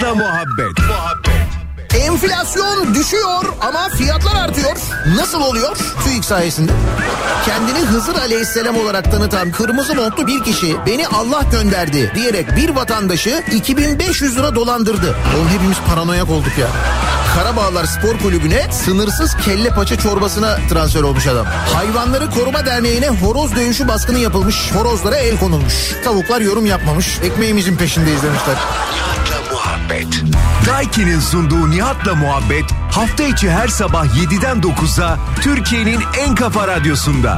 Nihat'la muhabbet. Enflasyon düşüyor ama fiyatlar artıyor. Nasıl oluyor? TÜİK sayesinde. Kendini Hızır Aleyhisselam olarak tanıtan kırmızı montlu bir kişi beni Allah gönderdi diyerek bir vatandaşı 2500 lira dolandırdı. Oğlum hepimiz paranoyak olduk ya. Karabağlar Spor Kulübü'ne sınırsız kelle paça çorbasına transfer olmuş adam. Hayvanları Koruma Derneği'ne horoz dövüşü baskını yapılmış. Horozlara el konulmuş. Tavuklar yorum yapmamış. Ekmeğimizin peşindeyiz demişler. Nihat'la muhabbet. Daiki'nin sunduğu Nihat'la muhabbet hafta içi her sabah 7'den 9'a Türkiye'nin en kafa radyosunda.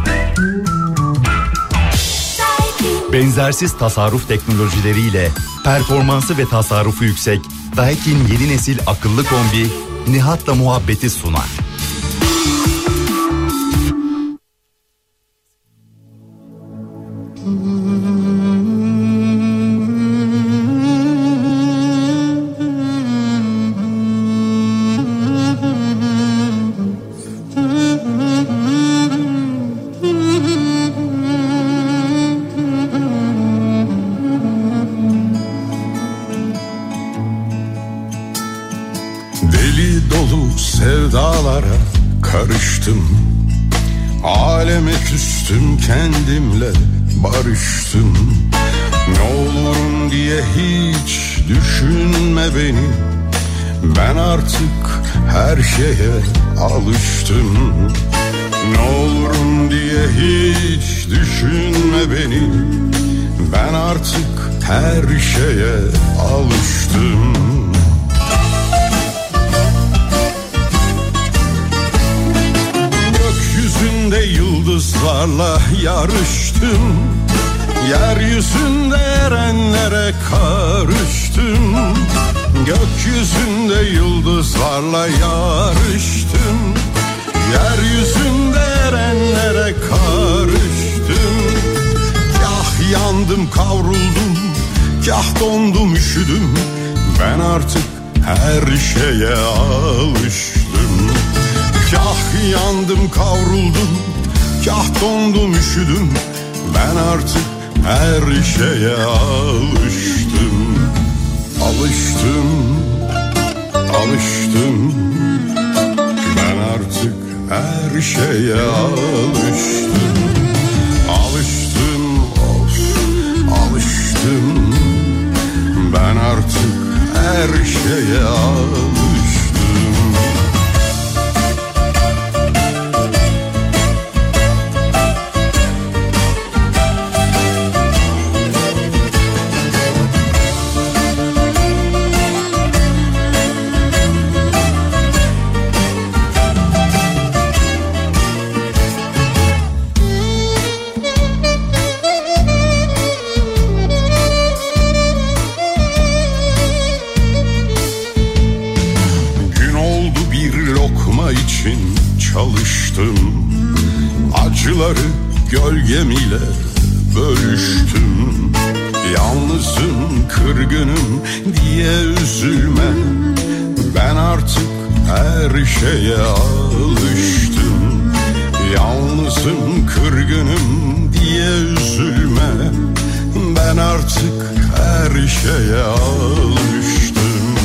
Benzersiz tasarruf teknolojileriyle performansı ve tasarrufu yüksek Daikin yeni nesil akıllı kombi Nihat'la muhabbeti sunar. Karıştım, aleme küstüm, kendimle barıştım. Ne olurum diye hiç düşünme beni, ben artık her şeye alıştım. Ne olurum diye hiç düşünme beni, ben artık her şeye alıştım. Gökyüzünde yıldızlarla yarıştım, yeryüzünde erenlere karıştım. Gökyüzünde yıldızlarla yarıştım, yeryüzünde erenlere karıştım. Kah yandım kavruldum, kah dondum üşüdüm, ben artık her şeye alıştım. Kah yandım kavruldum, kah dondum üşüdüm, ben artık her şeye alıştım. Alıştım, alıştım, ben artık her şeye alıştım. Alıştım, of, alıştım, ben artık her şeye alıştım. Çalıştım, acıları gölgem ile bölüştüm. Yalnızım, kırgınım diye üzülme, ben artık her şeye alıştım. Yalnızım, kırgınım diye üzülme, ben artık her şeye alıştım.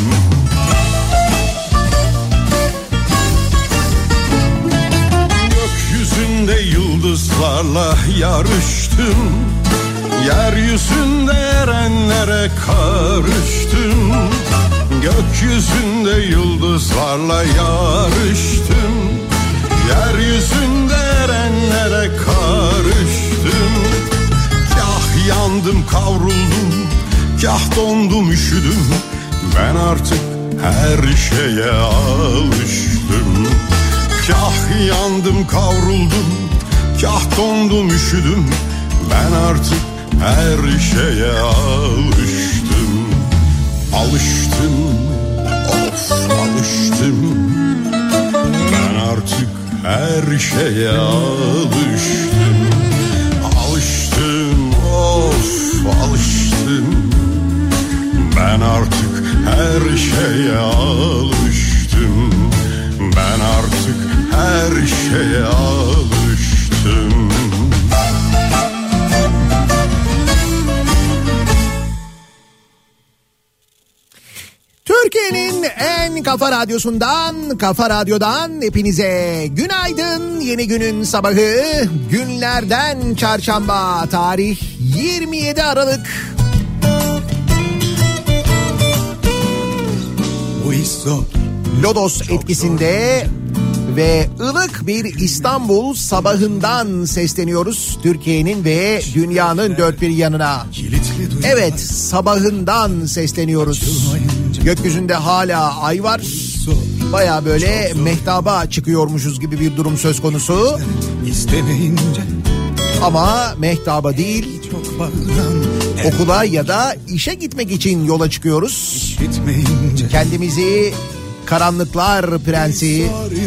Gökyüzünde yıldızlarla yarıştım, yeryüzünde erenlere karıştım. Gökyüzünde yıldızlarla yarıştım, yeryüzünde erenlere karıştım. Kah yandım kavruldum, kah dondum üşüdüm, ben artık her şeye alıştım. Kah yandım kavruldum, kah dondum üşüdüm, ben artık her şeye alıştım. Alıştım, of alıştım, ben artık her şeye alıştım. Alıştım, of alıştım, ben artık her şeye alıştım. Ben artık her şeye alıştım. en kafa radyosundan, Kafa Radyo'dan hepinize günaydın. Yeni günün sabahı, günlerden çarşamba, tarih 27 Aralık. Lodos etkisinde ve ılık bir İstanbul sabahından sesleniyoruz Türkiye'nin ve dünyanın dört bir yanına. Evet, sabahından sesleniyoruz. Gökyüzünde hala ay var. Baya böyle mehtaba çıkıyormuşuz gibi bir durum söz konusu. Ama mehtaba değil, okula ya da işe gitmek için yola çıkıyoruz. Kendimizi karanlıklar prensi,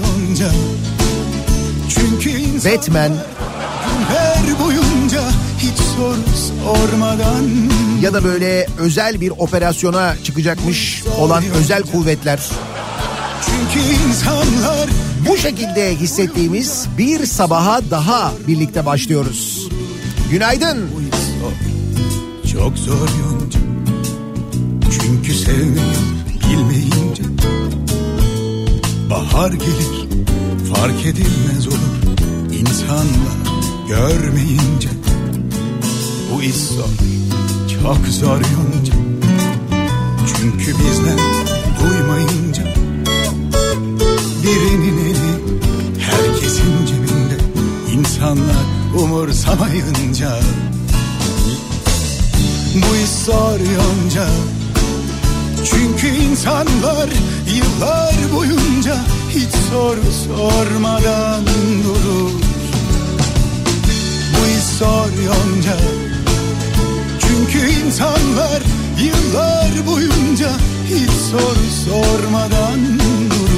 Batman boyunca hiç soru sormadan ya da böyle özel bir operasyona çıkacakmış olan özel kuvvetler. Çünkü insanlar bu şekilde hissettiğimiz bir sabaha daha birlikte başlıyoruz. Günaydın. Çok zor yonca. Çünkü sevmeyi bilmeyince bahar gelir, fark edilmez olur insanlar görmeyince. Bu iş zor, çok zor yonca. Çünkü bizden duymayınca birinin eli herkesin cebinde, insanlar umursamayınca. Bu iş zor yonca. Çünkü insanlar yıllar boyunca hiç soru sormadan durur. Bu iş zor yonca. Çünkü insanlar yıllar boyunca hiç soru sormadan durur.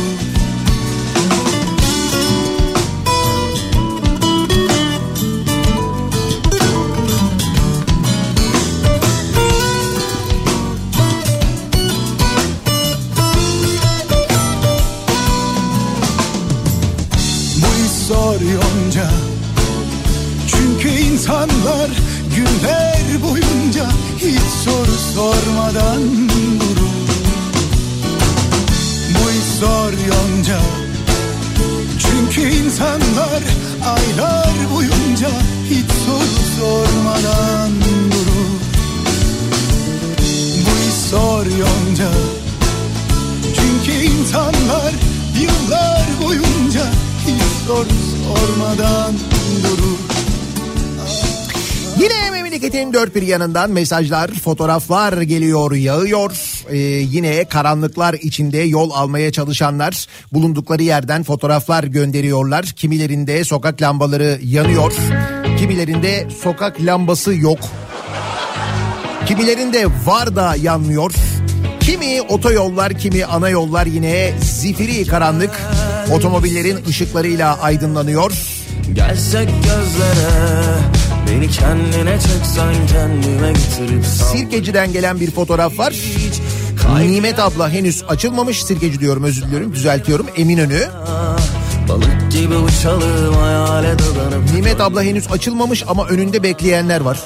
Yonca. Çünkü insanlar günler boyunca hiç soru sormadan durur. Bu iş zor yonca. Çünkü insanlar aylar boyunca hiç soru sormadan durur. Bu iş zor yonca. Çünkü insanlar yıllar boyunca hiç soru sormadan durur. Yine memleketin dört bir yanından mesajlar, fotoğraflar geliyor, yağıyor. Yine karanlıklar içinde yol almaya çalışanlar bulundukları yerden fotoğraflar gönderiyorlar. Kimilerinde sokak lambaları yanıyor, kimilerinde sokak lambası yok, kimilerinde var da yanmıyor. Kimi otoyollar, kimi ana yollar yine zifiri karanlık. Otomobillerin ışıklarıyla aydınlanıyor. Gelsek gözlere, beni kendine çeksen kendime getirip Sirkeci'den gelen bir fotoğraf var. Nimet abla henüz açılmamış. Sirkeci diyorum, özür diliyorum, düzeltiyorum, Eminönü. Balık gibi uçalım, hayale dadanıp. Nimet abla henüz açılmamış ama önünde bekleyenler var.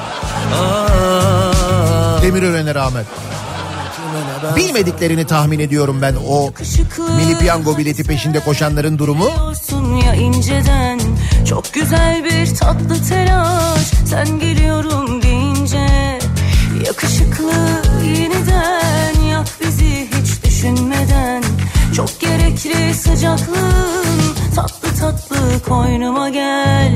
Demirören'e rağmen. Bilmediklerini tahmin ediyorum ben o Milli Piyango bileti peşinde koşanların durumu. Ya inceden, çok güzel bir tatlı telaş, sen geliyorum deyince. Yakışıklı yeniden yak bizi hiç düşünmeden. Çok gerekli sıcaklığın, tatlı tatlı koynuma gel.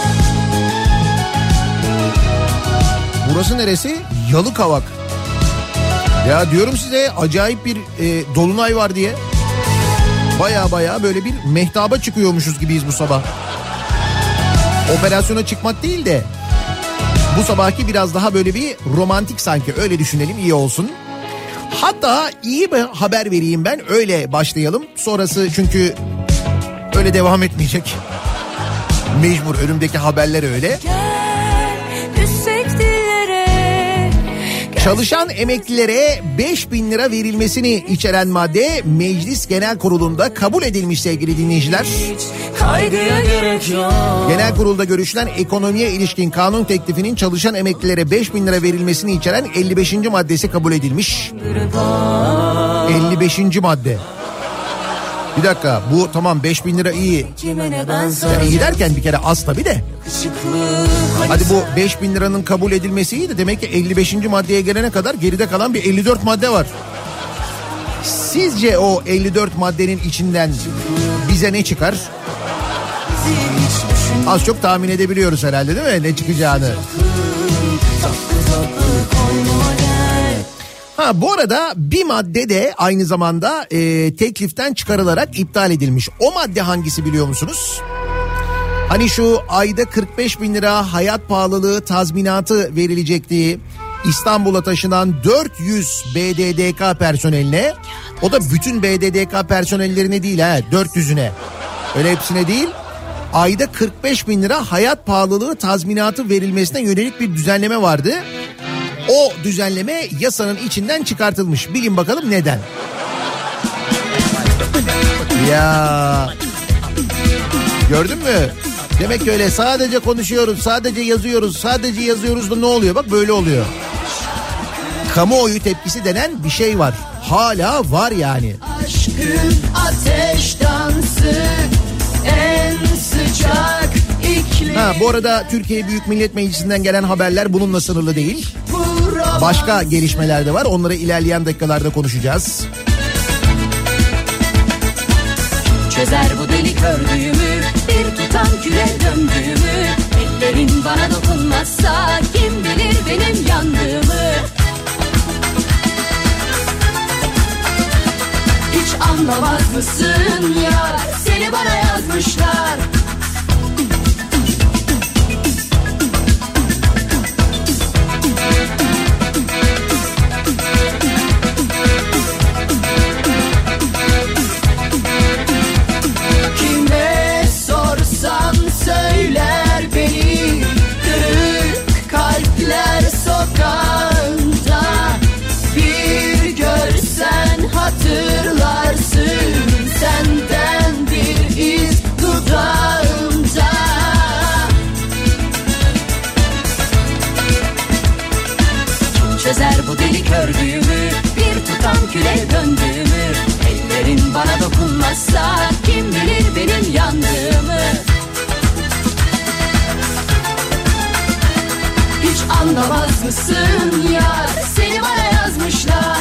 Burası neresi? Yalıkavak. Ya diyorum size, acayip bir dolunay var diye. Baya böyle bir mehtaba çıkıyormuşuz gibiyiz bu sabah. Operasyona çıkmak değil de bu sabahki biraz daha böyle bir romantik sanki, öyle düşünelim, iyi olsun. Hatta iyi bir haber vereyim ben, öyle başlayalım. Sonrası çünkü öyle devam etmeyecek. Mecbur, önümdeki haberler öyle. Çalışan emeklilere 5.000 lira verilmesini içeren madde Meclis Genel Kurulu'nda kabul edilmiş sevgili dinleyiciler. Genel Kurul'da görüşülen ekonomiye ilişkin kanun teklifinin çalışan emeklilere 5.000 lira verilmesini içeren 55. maddesi kabul edilmiş. 55. 55. madde. Bir dakika, bu tamam 5.000 lira iyi. Yani iyi derken bir kere az tabii de. Hadi bu 5.000 liranın kabul edilmesi iyi de demek ki 55. maddeye gelene kadar geride kalan bir 54 madde var. Sizce o 54 maddenin içinden bize ne çıkar? Az çok tahmin edebiliyoruz herhalde değil mi ne çıkacağını? Ha, bu arada bir madde de aynı zamanda tekliften çıkarılarak iptal edilmiş. O madde hangisi biliyor musunuz? Hani şu ayda 45.000 lira hayat pahalılığı tazminatı verilecekti. İstanbul'a taşınan 400 BDDK personeline, o da bütün BDDK personellerine değil ha, 400'üne. Öyle hepsine değil. Ayda 45.000 lira hayat pahalılığı tazminatı verilmesine yönelik bir düzenleme vardı. O düzenleme yasanın içinden çıkartılmış. Bilin bakalım neden? Ya gördün mü? Demek ki öyle sadece konuşuyoruz, sadece yazıyoruz da ne oluyor? Bak böyle oluyor. Kamuoyu tepkisi denen bir şey var. Hala var yani. Aşkın ateş dansı en sıcak iklim. Ha, bu arada Türkiye Büyük Millet Meclisi'nden gelen haberler bununla sınırlı değil. Başka gelişmeler de var. Onları ilerleyen dakikalarda konuşacağız. Çözer bu delik ördüğümü, bir tutam küre döndüğümü. Ellerin bana dokunmazsa kim bilir benim yandığımı. Hiç anlamaz mısın ya, seni bana yazmışlar. Söyler beni kırık kalpler sokağında. Bir görsen hatırlarsın senden bir iz dudağımda. Kim çözer bu delik ördüğümü, bir tutam küre döndüğümü. Ellerin bana dokunmazsa kim bilir benim yandığımı. Anlamaz mısın ya, seni bana yazmışlar.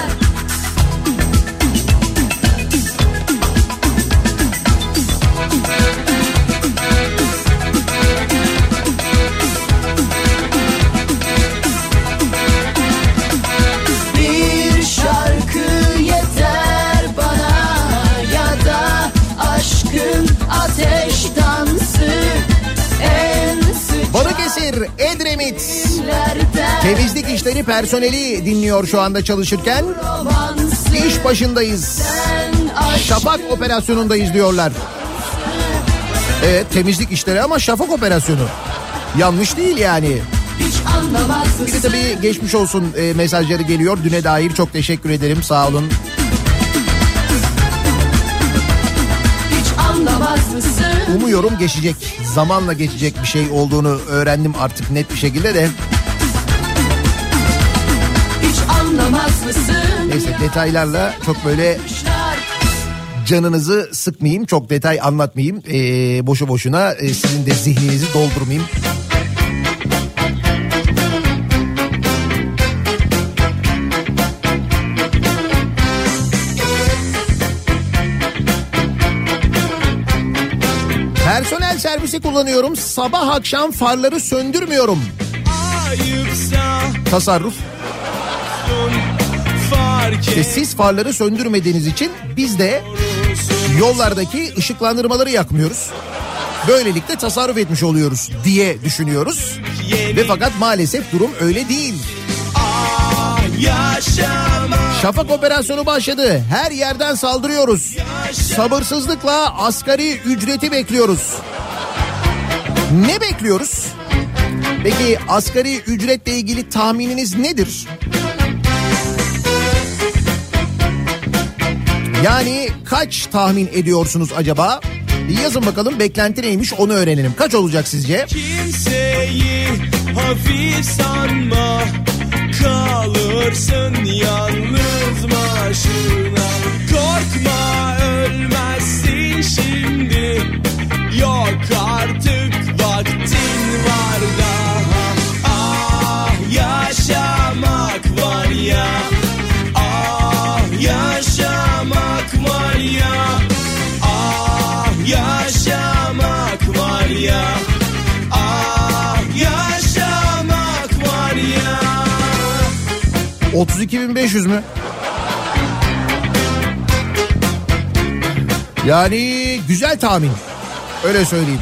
Bir şarkı yeter bana ya da aşkın ateş dansı en sıcak. Balıkesir, Edremit temizlik işleri personeli dinliyor şu anda çalışırken. İş başındayız. Şafak operasyonundayız diyorlar. Evet, temizlik işleri ama şafak operasyonu. Yanlış değil yani. Bir de tabii geçmiş olsun mesajları geliyor. Düne dair çok teşekkür ederim, sağ olun. Umuyorum geçecek. Zamanla geçecek bir şey olduğunu öğrendim artık net bir şekilde de. Neyse, detaylarla çok böyle canınızı sıkmayayım. Çok detay anlatmayayım. Boşu boşuna sizin de zihninizi doldurmayayım. Personel servisi kullanıyorum. Sabah akşam farları söndürmüyorum. Tasarruf. İşte siz farları söndürmediğiniz için biz de yollardaki ışıklandırmaları yakmıyoruz. Böylelikle tasarruf etmiş oluyoruz diye düşünüyoruz. Ve fakat maalesef durum öyle değil. Şafak operasyonu başladı. Her yerden saldırıyoruz. Sabırsızlıkla asgari ücreti bekliyoruz. Ne bekliyoruz? Peki asgari ücretle ilgili tahmininiz nedir? Yani kaç tahmin ediyorsunuz acaba? Yazın bakalım, beklenti neymiş onu öğrenelim. Kaç olacak sizce? Kimseyi hafif sanma, kalırsın yalnız başına. 32.500 mü? Yani güzel tahmin. Öyle söyleyeyim.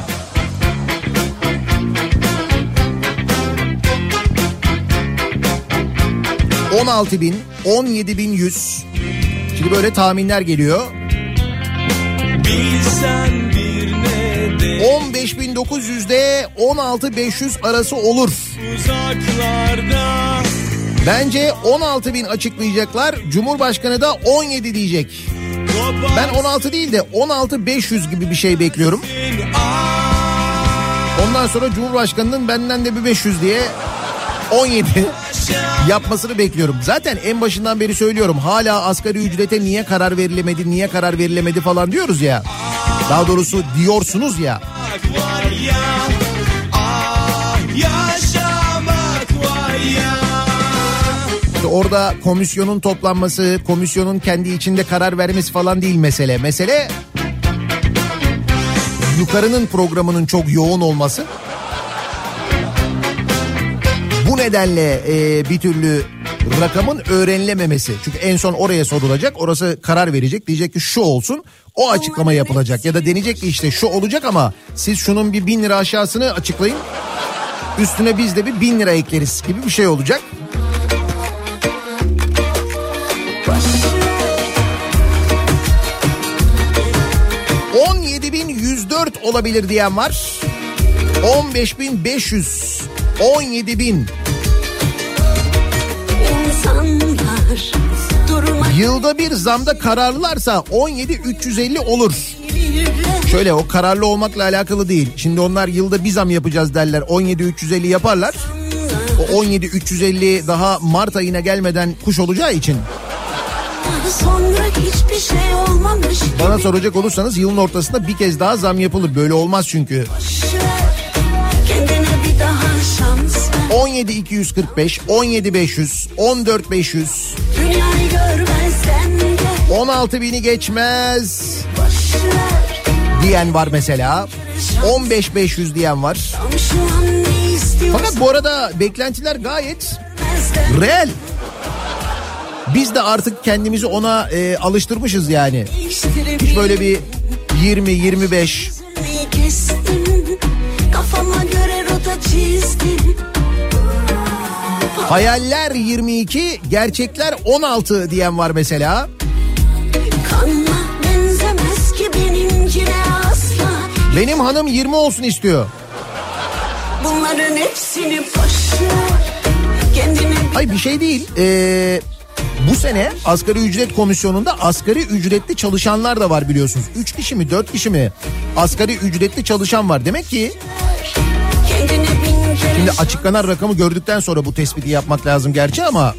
...16.000, 17.100... Şimdi böyle tahminler geliyor. 15.900'de 16.500 arası olur. Uzaklarda. Bence 16.000 açıklayacaklar. Cumhurbaşkanı da 17 diyecek. Ben 16 değil de 16.500 gibi bir şey bekliyorum. Ondan sonra Cumhurbaşkanı'nın benden de bir 500 diye 17 yapmasını bekliyorum. Zaten en başından beri söylüyorum. Hala asgari ücrete niye karar verilemedi falan diyoruz ya. Daha doğrusu diyorsunuz ya. İşte orada komisyonun toplanması, komisyonun kendi içinde karar vermesi falan değil mesele. Mesele yukarının programının çok yoğun olması. Bu nedenle bir türlü rakamın öğrenilememesi. Çünkü en son oraya sorulacak, orası karar verecek. Diyecek ki şu olsun, o açıklama yapılacak. Ya da denecek ki işte şu olacak ama siz şunun bir 1.000 lira aşağısını açıklayın. Üstüne biz de bir 1.000 lira ekleriz gibi bir şey olacak. ...17.104 olabilir diyen var. 15.500... 17.000. Yılda bir zamda kararlılarsa 17.350 olur. Şöyle, o kararlı olmakla alakalı değil. Şimdi onlar yılda bir zam yapacağız derler. 17.350 yaparlar. O 17.350 daha Mart ayına gelmeden kuş olacağı için. Sonra hiçbir şey olmamış. Bana soracak olursanız yılın ortasında bir kez daha zam yapılır. Böyle olmaz çünkü. 17.245, 17.500, 14.500, 16.000'i geçmez diyen var mesela. 15.500 diyen var. Fakat bu arada beklentiler gayet reel. Biz de artık kendimizi ona alıştırmışız yani. Hiç böyle bir 20-25... Kafama göre rota çizdim. Hayaller 22, gerçekler 16 diyen var mesela. Kanma benzemez ki benimkine asla. Benim hanım 20 olsun istiyor. Bunların hepsini Ay bir şey değil. Bu sene asgari ücret komisyonunda asgari ücretli çalışanlar da var biliyorsunuz. 3 kişi mi 4 kişi mi asgari ücretli çalışan var. Demek ki şimdi açıklanan rakamı gördükten sonra bu tespiti yapmak lazım gerçi ama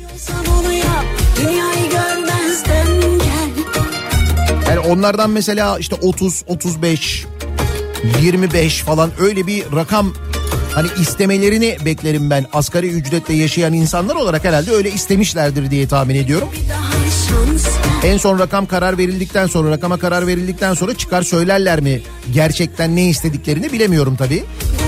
yani onlardan mesela işte 30, 35, 25 falan öyle bir rakam hani istemelerini beklerim ben. Asgari ücretle yaşayan insanlar olarak herhalde öyle istemişlerdir diye tahmin ediyorum. En son rakama karar verildikten sonra çıkar söylerler mi? Gerçekten ne istediklerini bilemiyorum tabii.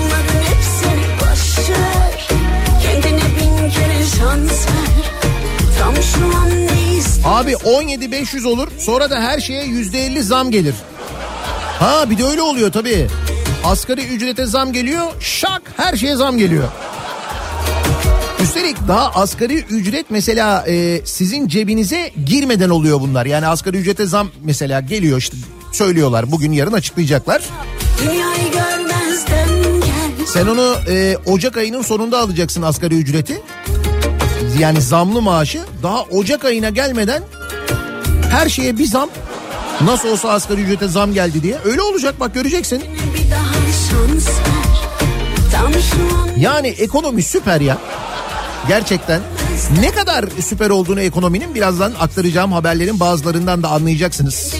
Abi 17.500 olur, sonra da her şeye %50 zam gelir. Ha bir de öyle oluyor tabii. Asgari ücrete zam geliyor, şak her şeye zam geliyor. Üstelik daha asgari ücret mesela sizin cebinize girmeden oluyor bunlar. Yani asgari ücrete zam mesela geliyor, işte söylüyorlar, bugün yarın açıklayacaklar. Sen onu Ocak ayının sonunda alacaksın asgari ücreti. Yani zamlı maaşı daha Ocak ayına gelmeden her şeye bir zam. Nasıl olsa asgari ücrete zam geldi diye. Öyle olacak bak, göreceksin. Yani ekonomi süper ya. Gerçekten. Ne kadar süper olduğunu ekonominin birazdan aktaracağım haberlerin bazılarından da anlayacaksınız.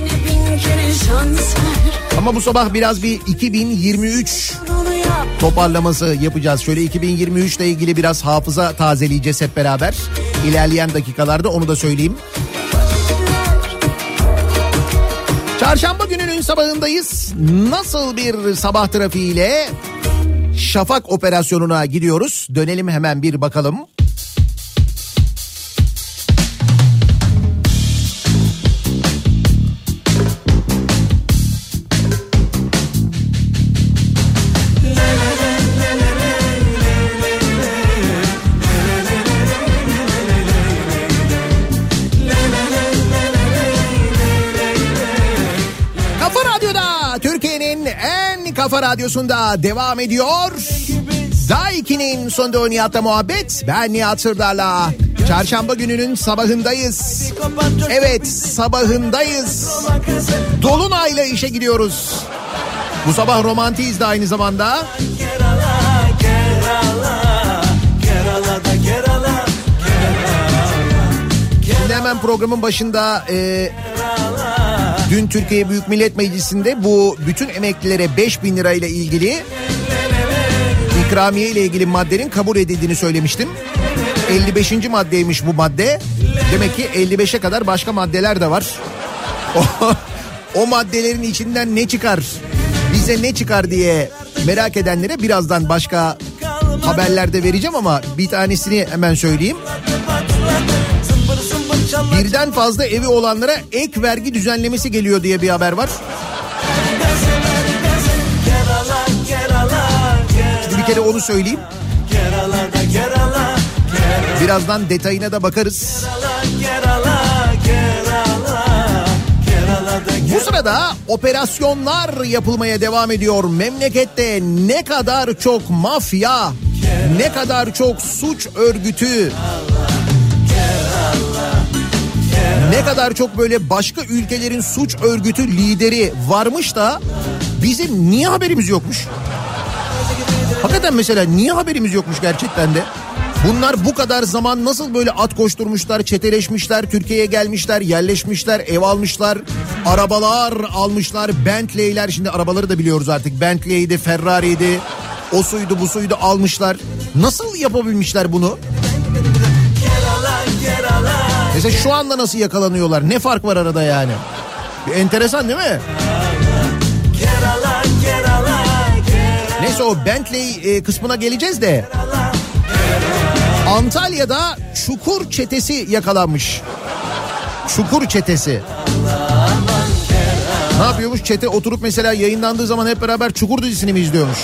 Ama bu sabah biraz bir 2023 toparlaması yapacağız. Şöyle 2023 ile ilgili biraz hafıza tazeleyeceğiz hep beraber. İlerleyen dakikalarda onu da söyleyeyim. Çarşamba gününün sabahındayız. Nasıl bir sabah trafiğiyle Şafak operasyonuna gidiyoruz. Dönelim hemen bir bakalım. Kafa Radyosu'nda devam ediyor. Daiki'nin sonunda Nihat'la muhabbet. Ben Nihat Sırdar'la. Çarşamba gününün sabahındayız. Evet, sabahındayız. Dolunay'la işe gidiyoruz. Bu sabah romantiyiz de aynı zamanda. Şimdi hemen programın başında dün Türkiye Büyük Millet Meclisi'nde bu bütün emeklilere 5.000 lirayla ilgili ikramiye ile ilgili maddenin kabul edildiğini söylemiştim. 55. maddeymiş bu madde. Demek ki 55'e kadar başka maddeler de var. O maddelerin içinden ne çıkar, bize ne çıkar diye merak edenlere birazdan başka haberlerde vereceğim ama bir tanesini hemen söyleyeyim. Birden fazla evi olanlara ek vergi düzenlemesi geliyor diye bir haber var. Şimdi bir kere onu söyleyeyim. Birazdan detayına da bakarız. Bu sırada operasyonlar yapılmaya devam ediyor. Memlekette ne kadar çok mafya, ne kadar çok suç örgütü, ne kadar çok böyle başka ülkelerin suç örgütü lideri varmış da bizim niye haberimiz yokmuş? Hakikaten mesela niye haberimiz yokmuş gerçekten de? Bunlar bu kadar zaman nasıl böyle at koşturmuşlar, çeteleşmişler, Türkiye'ye gelmişler, yerleşmişler, ev almışlar, arabalar almışlar, Bentley'ler, şimdi arabaları da biliyoruz artık, Bentley'di, Ferrari'ydi, o suydu bu suydu almışlar. Nasıl yapabilmişler bunu? Mesela şu anda nasıl yakalanıyorlar? Ne fark var arada yani? Enteresan değil mi? Neyse o Bentley kısmına geleceğiz de. Antalya'da Çukur çetesi yakalanmış. Çukur çetesi. Ne yapıyormuş? Çete oturup mesela yayınlandığı zaman hep beraber Çukur dizisini mi izliyormuş?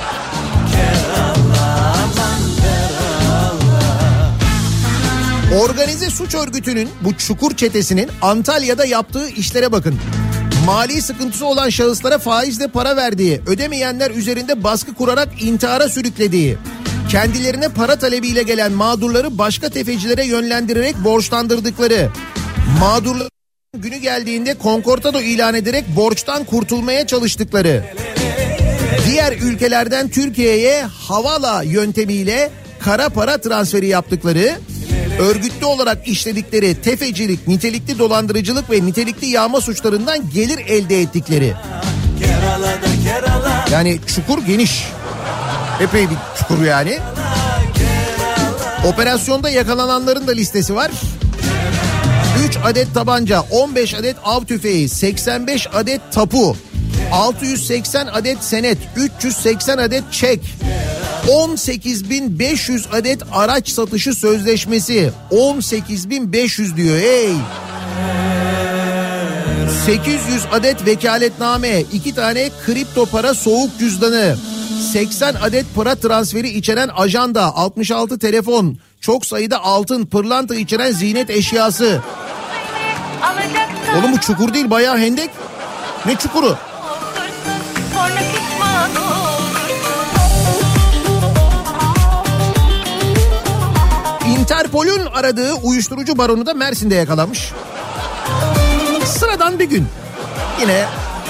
Organize suç örgütünün, bu Çukur çetesinin Antalya'da yaptığı işlere bakın. Mali sıkıntısı olan şahıslara faizle para verdiği, ödemeyenler üzerinde baskı kurarak intihara sürüklediği, kendilerine para talebiyle gelen mağdurları başka tefecilere yönlendirerek borçlandırdıkları, mağdurların günü geldiğinde konkordato ilan ederek borçtan kurtulmaya çalıştıkları, diğer ülkelerden Türkiye'ye havala yöntemiyle kara para transferi yaptıkları, örgütlü olarak işledikleri tefecilik, nitelikli dolandırıcılık ve nitelikli yağma suçlarından gelir elde ettikleri. Yani çukur geniş. Epey bir çukur yani. Operasyonda yakalananların da listesi var. 3 adet tabanca, 15 adet av tüfeği, 85 adet tapu, 680 adet senet, 380 adet çek, 18.500 adet araç satışı sözleşmesi. 18.500 diyor hey. 800 adet vekaletname, 2 tane kripto para soğuk cüzdanı, 80 adet para transferi içeren ajanda, 66 telefon, çok sayıda altın, pırlanta içeren ziynet eşyası. Oğlum bu çukur değil, bayağı hendek. Ne çukuru? Interpol'ün aradığı uyuşturucu baronu da Mersin'de yakalanmış. Sıradan bir gün. Yine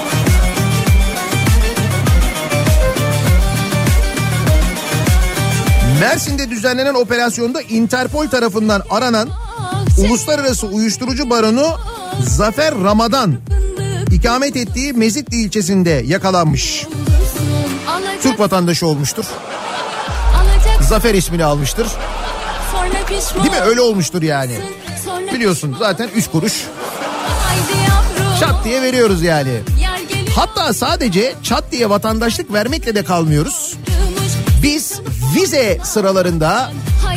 Mersin'de düzenlenen operasyonda Interpol tarafından aranan uluslararası uyuşturucu baronu Zafer Ramadan ikamet ettiği Mezitli ilçesinde yakalanmış. Türk vatandaşı olmuştur. Zafer ismini almıştır. Değil mi? Öyle olmuştur yani. Biliyorsun zaten 3 kuruş. Çat diye veriyoruz yani. Hatta sadece çat diye vatandaşlık vermekle de kalmıyoruz. Biz vize sıralarında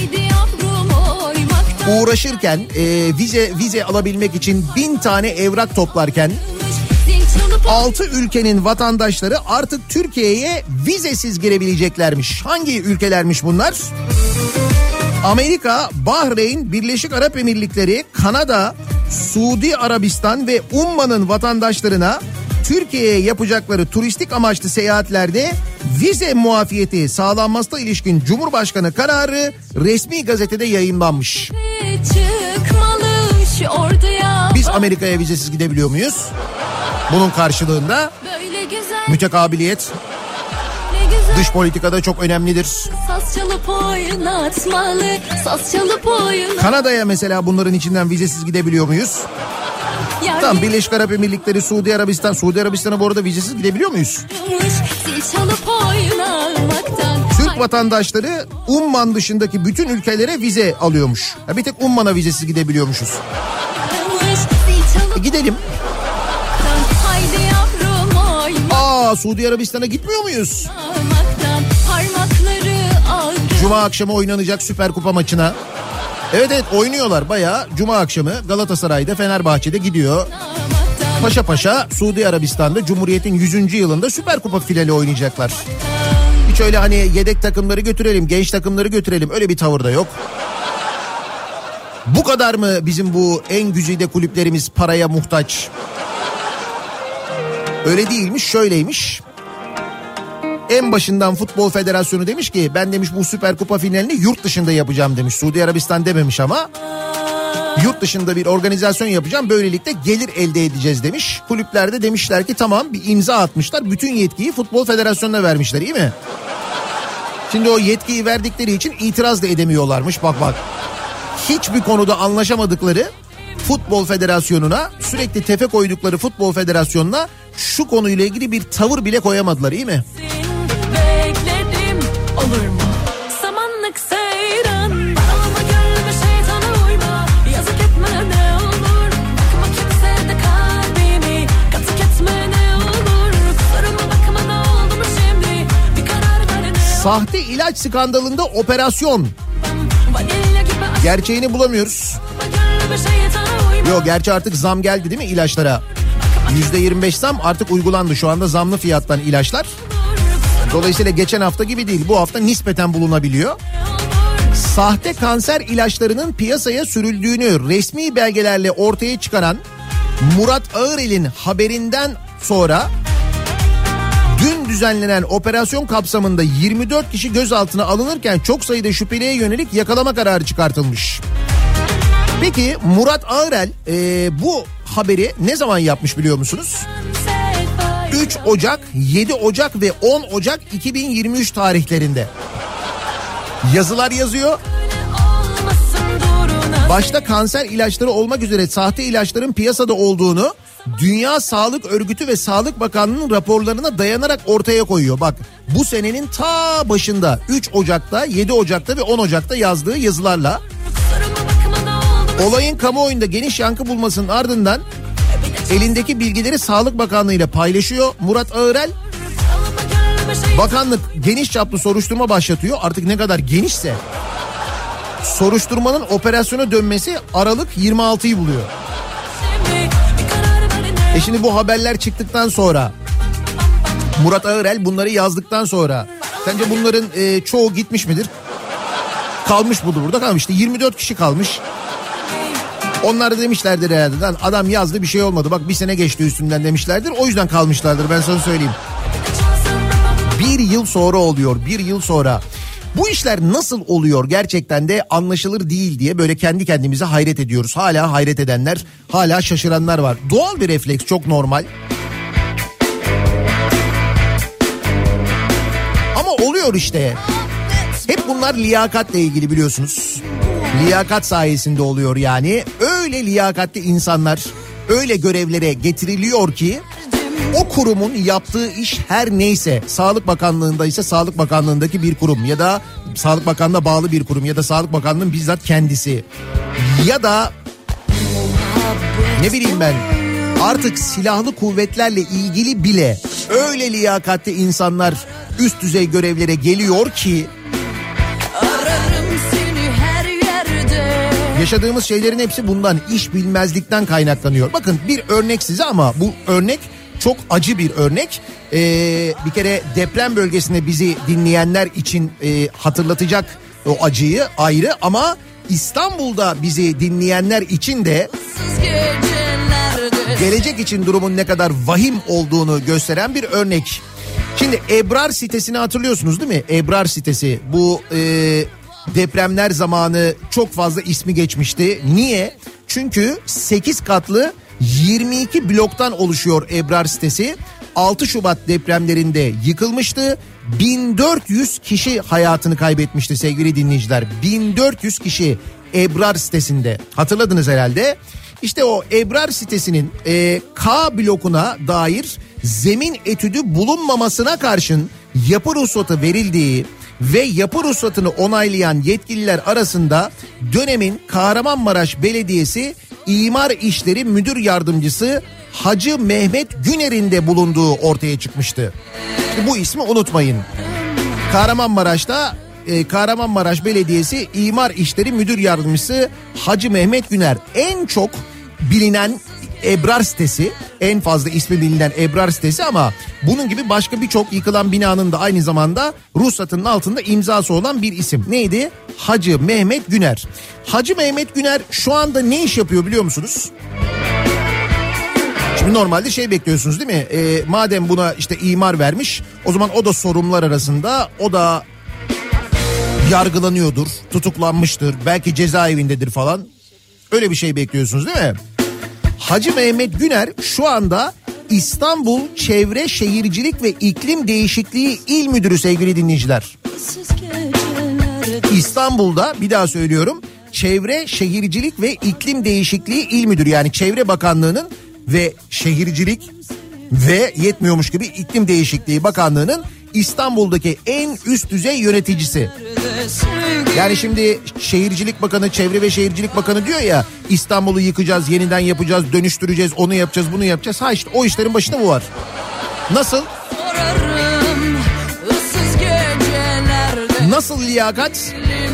uğraşırken, vize alabilmek için 1000 tane evrak toplarken 6 ülkenin vatandaşları artık Türkiye'ye vizesiz girebileceklermiş. Hangi ülkelermiş bunlar? Amerika, Bahreyn, Birleşik Arap Emirlikleri, Kanada, Suudi Arabistan ve Umman'ın vatandaşlarına Türkiye'ye yapacakları turistik amaçlı seyahatlerde vize muafiyeti sağlanmasına ilişkin Cumhurbaşkanı kararı resmi gazetede yayınlanmış. Biz Amerika'ya vizesiz gidebiliyor muyuz? Bunun karşılığında mütekabiliyet dış politikada çok önemlidir. Kanada'ya mesela bunların içinden vizesiz gidebiliyor muyuz? Tamam, Birleşik Arap Emirlikleri, Suudi Arabistan'a bu arada vizesiz gidebiliyor muyuz? Türk vatandaşları Umman dışındaki bütün ülkelere vize alıyormuş. Bir tek Umman'a vizesiz gidebiliyormuşuz. Gidelim. Suudi Arabistan'a gitmiyor muyuz? Cuma akşamı oynanacak Süper Kupa maçına. Evet oynuyorlar bayağı. Cuma akşamı Galatasaray'da, Fenerbahçe'de gidiyor. Paşa paşa Suudi Arabistan'da Cumhuriyet'in 100. yılında Süper Kupa finali oynayacaklar. Hiç öyle hani yedek takımları götürelim, genç takımları götürelim, öyle bir tavır da yok. Bu kadar mı bizim bu en güzide kulüplerimiz paraya muhtaç? Öyle değilmiş, şöyleymiş. En başından Futbol Federasyonu demiş ki ben demiş bu Süper Kupa finalini yurt dışında yapacağım demiş. Suudi Arabistan dememiş ama yurt dışında bir organizasyon yapacağım, böylelikle gelir elde edeceğiz demiş. Kulüpler de demişler ki tamam, bir imza atmışlar, bütün yetkiyi Futbol Federasyonu'na vermişler, iyi mi? Şimdi o yetkiyi verdikleri için itiraz da edemiyorlarmış, bak. Hiçbir konuda anlaşamadıkları Futbol Federasyonu'na, sürekli tefe koydukları Futbol Federasyonu'na şu konuyla ilgili bir tavır bile koyamadılar, iyi mi? Bekledim, olur mu? Samanlık seyran, alma gönlüme şeytana uyma, yazık etme ne olur, bakma kimse de kalbimi, katık etme ne olur, kusuruma bakma ne oldu mu şimdi, bir karar ver ne olur. Sahte ilaç skandalında operasyon. Gerçeğini bulamıyoruz. Yok, gerçi artık zam geldi değil mi ilaçlara? %25 zam artık uygulandı, şu anda zamlı fiyattan ilaçlar. Dolayısıyla geçen hafta gibi değil, bu hafta nispeten bulunabiliyor. Sahte kanser ilaçlarının piyasaya sürüldüğünü resmi belgelerle ortaya çıkaran Murat Ağırel'in haberinden sonra dün düzenlenen operasyon kapsamında 24 kişi gözaltına alınırken çok sayıda şüpheliye yönelik yakalama kararı çıkartılmış. Peki Murat Ağırel bu haberi ne zaman yapmış biliyor musunuz? 3 Ocak, 7 Ocak ve 10 Ocak 2023 tarihlerinde yazılar yazıyor. Başta kanser ilaçları olmak üzere sahte ilaçların piyasada olduğunu Dünya Sağlık Örgütü ve Sağlık Bakanlığı'nın raporlarına dayanarak ortaya koyuyor. Bak, bu senenin ta başında 3 Ocak'ta, 7 Ocak'ta ve 10 Ocak'ta yazdığı yazılarla olayın kamuoyunda geniş yankı bulmasının ardından elindeki bilgileri Sağlık Bakanlığı ile paylaşıyor Murat Ağırel. Bakanlık geniş çaplı soruşturma başlatıyor. Artık ne kadar genişse soruşturmanın operasyona dönmesi Aralık 26'yı buluyor. Şimdi bu haberler çıktıktan sonra, Murat Ağırel bunları yazdıktan sonra sence bunların çoğu gitmiş midir? Kalmış mıdır burada? Kalmıştı. 24 kişi kalmış. Onlar da demişlerdir herhalde, lan adam yazdı bir şey olmadı, bak bir sene geçti üstünden demişlerdir. O yüzden kalmışlardır, ben sana söyleyeyim. Bir yıl sonra oluyor, bir yıl sonra. Bu işler nasıl oluyor gerçekten de anlaşılır değil diye böyle kendi kendimize hayret ediyoruz. Hala hayret edenler, hala şaşıranlar var. Doğal bir refleks, çok normal. Ama oluyor işte. Hep bunlar liyakatle ilgili biliyorsunuz. Liyakat sayesinde oluyor yani. Öyle liyakatli insanlar öyle görevlere getiriliyor ki o kurumun yaptığı iş her neyse, Sağlık Bakanlığı'nda ise Sağlık Bakanlığı'ndaki bir kurum ya da Sağlık Bakanlığı'na bağlı bir kurum ya da Sağlık Bakanlığı'nın bizzat kendisi ya da ne bileyim ben, artık silahlı kuvvetlerle ilgili bile öyle liyakatli insanlar üst düzey görevlere geliyor ki yaşadığımız şeylerin hepsi bundan, iş bilmezlikten kaynaklanıyor. Bakın bir örnek size, ama bu örnek çok acı bir örnek. Bir kere deprem bölgesinde bizi dinleyenler için hatırlatacak o acıyı ayrı, ama İstanbul'da bizi dinleyenler için de gelecek için durumun ne kadar vahim olduğunu gösteren bir örnek. Şimdi Ebrar sitesini hatırlıyorsunuz değil mi? Ebrar sitesi bu depremler zamanı çok fazla ismi geçmişti. Niye? Çünkü 8 katlı 22 bloktan oluşuyor Ebrar sitesi. 6 Şubat depremlerinde yıkılmıştı. 1400 kişi hayatını kaybetmişti sevgili dinleyiciler. 1400 kişi Ebrar sitesinde. Hatırladınız herhalde. İşte o Ebrar sitesinin K blokuna dair zemin etüdü bulunmamasına karşın yapı ruhsatı verildiği ve yapı ruhsatını onaylayan yetkililer arasında dönemin Kahramanmaraş Belediyesi İmar İşleri Müdür Yardımcısı Hacı Mehmet Güner'in de bulunduğu ortaya çıkmıştı. Bu ismi unutmayın. Kahramanmaraş Belediyesi İmar İşleri Müdür Yardımcısı Hacı Mehmet Güner. En çok bilinen Ebrar sitesi, en fazla ismi bilinen Ebrar sitesi ama bunun gibi başka birçok yıkılan binanın da aynı zamanda ruhsatının altında imzası olan bir isim. Neydi? Hacı Mehmet Güner. Hacı Mehmet Güner şu anda ne iş yapıyor biliyor musunuz? Şimdi normalde bekliyorsunuz değil mi? Madem buna işte imar vermiş, o zaman o da sorumlular arasında, o da yargılanıyordur, tutuklanmıştır, belki cezaevindedir falan. Öyle bir şey bekliyorsunuz değil mi? Hacı Mehmet Güner şu anda İstanbul Çevre Şehircilik ve İklim Değişikliği İl Müdürü sevgili dinleyiciler. İstanbul'da, bir daha söylüyorum, Çevre Şehircilik ve İklim Değişikliği İl Müdürü, yani Çevre Bakanlığı'nın ve Şehircilik ve yetmiyormuş gibi İklim Değişikliği Bakanlığı'nın İstanbul'daki en üst düzey yöneticisi. Yani şimdi Şehircilik Bakanı, Çevre ve Şehircilik Bakanı diyor ya, İstanbul'u yıkacağız, yeniden yapacağız, dönüştüreceğiz, onu yapacağız, bunu yapacağız. Ha işte o işlerin başında bu var. Nasıl? Nasıl liyakat?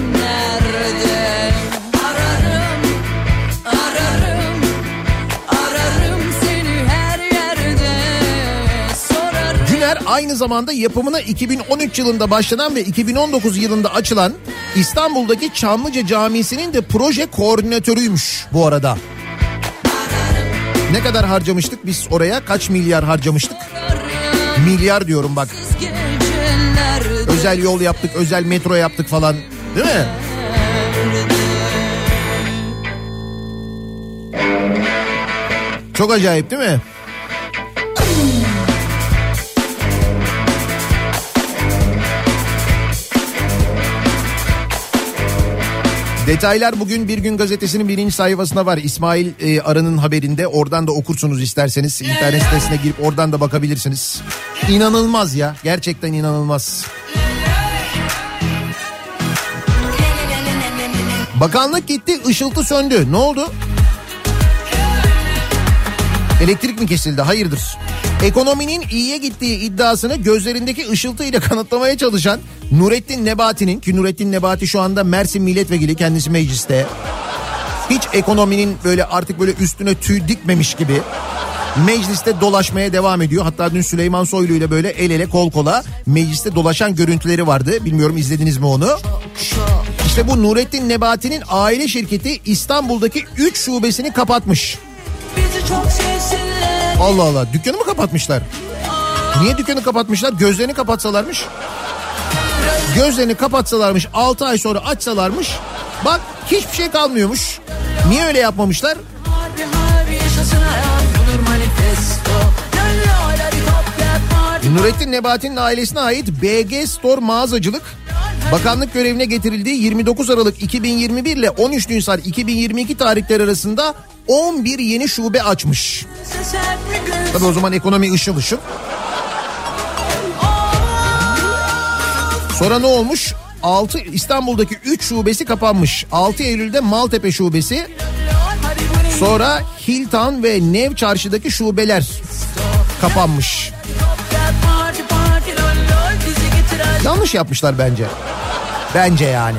Güner aynı zamanda yapımına 2013 yılında başlanan ve 2019 yılında açılan İstanbul'daki Çamlıca Camisi'nin de proje koordinatörüymüş bu arada. Ne kadar harcamıştık biz oraya? Kaç milyar harcamıştık? Milyar diyorum bak. Özel yol yaptık, özel metro yaptık falan, değil mi? Çok acayip değil mi? Detaylar bugün Bir Gün Gazetesi'nin 1. sayfasında var. İsmail Arı'nın haberinde, oradan da okursunuz isterseniz. İnternet sitesine girip oradan da bakabilirsiniz. İnanılmaz ya, gerçekten inanılmaz. Bakanlık gitti, ışıltı söndü. Ne oldu? Elektrik mi kesildi? Hayırdır? Ekonominin iyiye gittiği iddiasını gözlerindeki ışıltıyla kanıtlamaya çalışan Nurettin Nebati'nin, ki Nurettin Nebati şu anda Mersin Milletvekili, kendisi mecliste. Hiç ekonominin böyle artık böyle üstüne tüy dikmemiş gibi mecliste dolaşmaya devam ediyor. Hatta dün Süleyman Soylu ile böyle el ele kol kola mecliste dolaşan görüntüleri vardı. Bilmiyorum izlediniz mi onu? İşte bu Nurettin Nebati'nin aile şirketi İstanbul'daki 3 şubesini kapatmış. Allah Allah, dükkanı mı kapatmışlar? Niye dükkanı kapatmışlar? Gözlerini kapatsalarmış. Gözlerini kapatsalarmış, 6 ay sonra açsalarmış, bak hiçbir şey kalmıyormuş. Niye öyle yapmamışlar? Nurettin Nebati'nin ailesine ait BG Store mağazacılık bakanlık görevine getirildiği 29 Aralık 2021 ile 13 Nisan 2022 tarihleri arasında 11 yeni şube açmış. Tabii o zaman ekonomi ışıl ışıl. Sonra ne olmuş? İstanbul'daki 3 şubesi kapanmış. 6 Eylül'de Maltepe şubesi. Sonra Hilltown ve Nev Çarşı'daki şubeler kapanmış. Yanlış yapmışlar bence. Bence yani.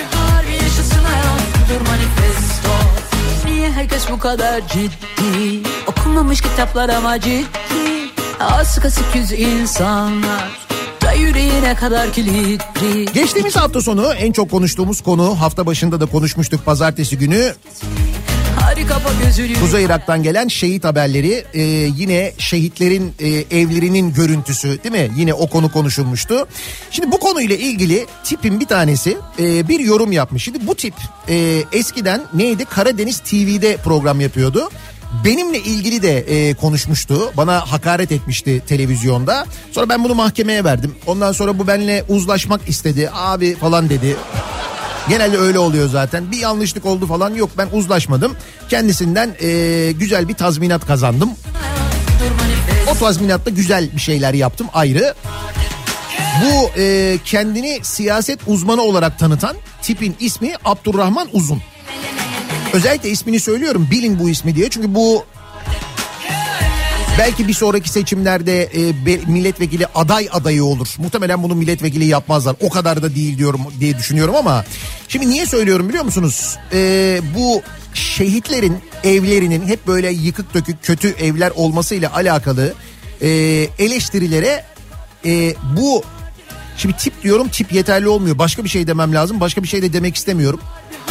Niye herkes bu kadar ciddi? Okunmamış kitaplar ama ciddi. Az kasık yüz insanlar. Yüreğine kadar kilitli. Geçtiğimiz hafta sonu en çok konuştuğumuz konu, hafta başında da konuşmuştuk pazartesi günü. Hadi kapa gözünü. Kuzey Irak'tan gelen şehit haberleri, yine şehitlerin evlerinin görüntüsü, değil mi? Yine o konu konuşulmuştu. Şimdi bu konuyla ilgili tipin bir tanesi bir yorum yapmış. Şimdi bu tip eskiden neydi? Karadeniz TV'de program yapıyordu. Benimle ilgili de konuşmuştu. Bana hakaret etmişti televizyonda. Sonra ben bunu mahkemeye verdim. Ondan sonra bu benimle uzlaşmak istedi. Abi falan dedi. Genelde öyle oluyor zaten. Bir yanlışlık oldu falan, yok ben uzlaşmadım. Kendisinden güzel bir tazminat kazandım. O tazminatta güzel bir şeyler yaptım ayrı. Bu kendini siyaset uzmanı olarak tanıtan tipin ismi Abdurrahman Uzun. Özellikle ismini söylüyorum, bilin bu ismi diye. Çünkü bu belki bir sonraki seçimlerde milletvekili adayı olur. Muhtemelen bunu milletvekili yapmazlar. O kadar da değil diye düşünüyorum ama. Şimdi niye söylüyorum biliyor musunuz? Bu şehitlerin evlerinin hep böyle yıkık dökük kötü evler olmasıyla alakalı eleştirilere bu... Şimdi tip diyorum, tip yeterli olmuyor. Başka bir şey demem lazım. Başka bir şey de demek istemiyorum.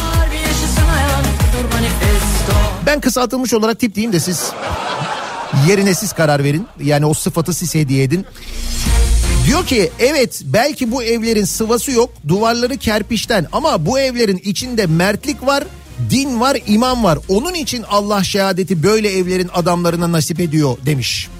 Ben kısaltılmış olarak tip diyeyim de siz yerine siz karar verin. Yani o sıfatı siz hediye edin. Diyor ki evet, belki bu evlerin sıvası yok, duvarları kerpiçten, ama bu evlerin içinde mertlik var, din var, iman var. Onun için Allah şehadeti böyle evlerin adamlarına nasip ediyor demiş.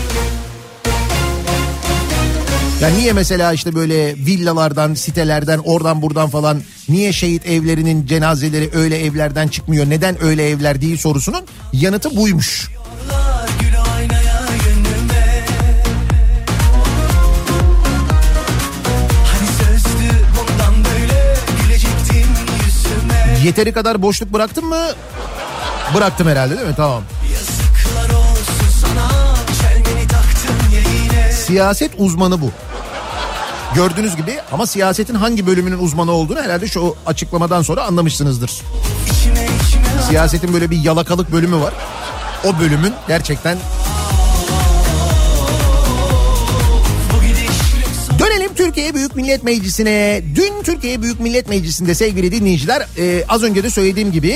Yani niye mesela işte böyle villalardan, sitelerden, oradan buradan falan niye şehit evlerinin cenazeleri öyle evlerden çıkmıyor? Neden öyle evler değil sorusunun yanıtı buymuş. Yeteri kadar boşluk bıraktın mı? Bıraktım herhalde, değil mi? Tamam. Siyaset uzmanı bu. Gördüğünüz gibi, ama siyasetin hangi bölümünün uzmanı olduğunu herhalde şu açıklamadan sonra anlamışsınızdır. Siyasetin böyle bir yalakalık bölümü var. O bölümün gerçekten... Dönelim Türkiye Büyük Millet Meclisi'ne. Dün Türkiye Büyük Millet Meclisi'nde sevgili dinleyiciler, az önce de söylediğim gibi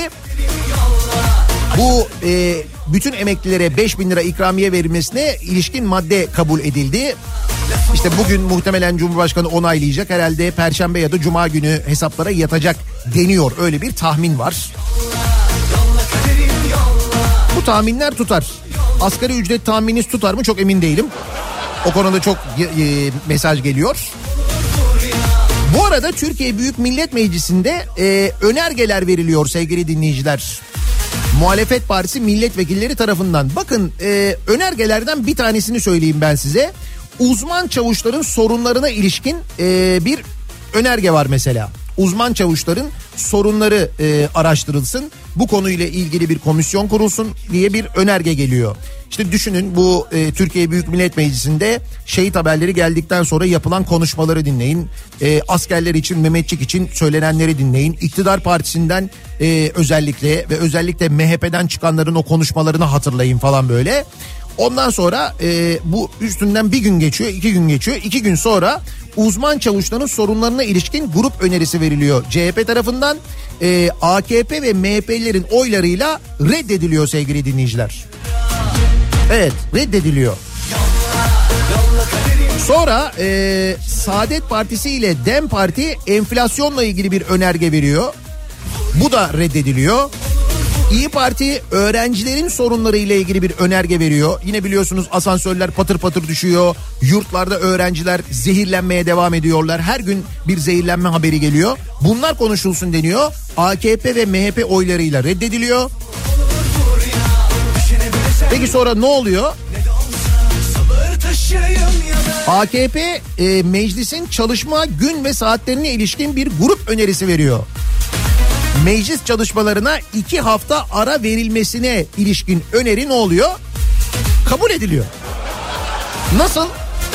bu bütün emeklilere 5.000 lira ikramiye verilmesine ilişkin madde kabul edildi. İşte bugün muhtemelen Cumhurbaşkanı onaylayacak. Herhalde Perşembe ya da Cuma günü hesaplara yatacak deniyor. Öyle bir tahmin var. Bu tahminler tutar. Asgari ücret tahmininiz tutar mı çok emin değilim. O konuda çok mesaj geliyor. Bu arada Türkiye Büyük Millet Meclisi'nde önergeler veriliyor sevgili dinleyiciler. Muhalefet Partisi milletvekilleri tarafından. Bakın önergelerden bir tanesini söyleyeyim ben size. Uzman çavuşların sorunlarına ilişkin bir önerge var mesela. Uzman çavuşların sorunları araştırılsın. Bu konuyla ilgili bir komisyon kurulsun diye bir önerge geliyor. İşte düşünün, bu Türkiye Büyük Millet Meclisi'nde şehit haberleri geldikten sonra yapılan konuşmaları dinleyin. Askerler için, Mehmetçik için söylenenleri dinleyin. İktidar partisinden özellikle MHP'den çıkanların o konuşmalarını hatırlayın falan böyle. Ondan sonra bu üstünden bir gün geçiyor, 2 gün geçiyor. 2 gün sonra uzman çavuşların sorunlarına ilişkin grup önerisi veriliyor. CHP tarafından AKP ve MHP'lerin oylarıyla reddediliyor sevgili dinleyiciler. Evet, reddediliyor. Sonra Saadet Partisi ile DEM Parti enflasyonla ilgili bir önerge veriyor. Bu da reddediliyor. İYİ Parti öğrencilerin sorunları ile ilgili bir önerge veriyor. Yine biliyorsunuz asansörler patır patır düşüyor. Yurtlarda öğrenciler zehirlenmeye devam ediyorlar. Her gün bir zehirlenme haberi geliyor. Bunlar konuşulsun deniyor. AKP ve MHP oylarıyla reddediliyor. Peki sonra ne oluyor? AKP meclisin çalışma gün ve saatlerine ilişkin bir grup önerisi veriyor. Meclis çalışmalarına 2 hafta ara verilmesine ilişkin öneri ne oluyor? Kabul ediliyor. Nasıl?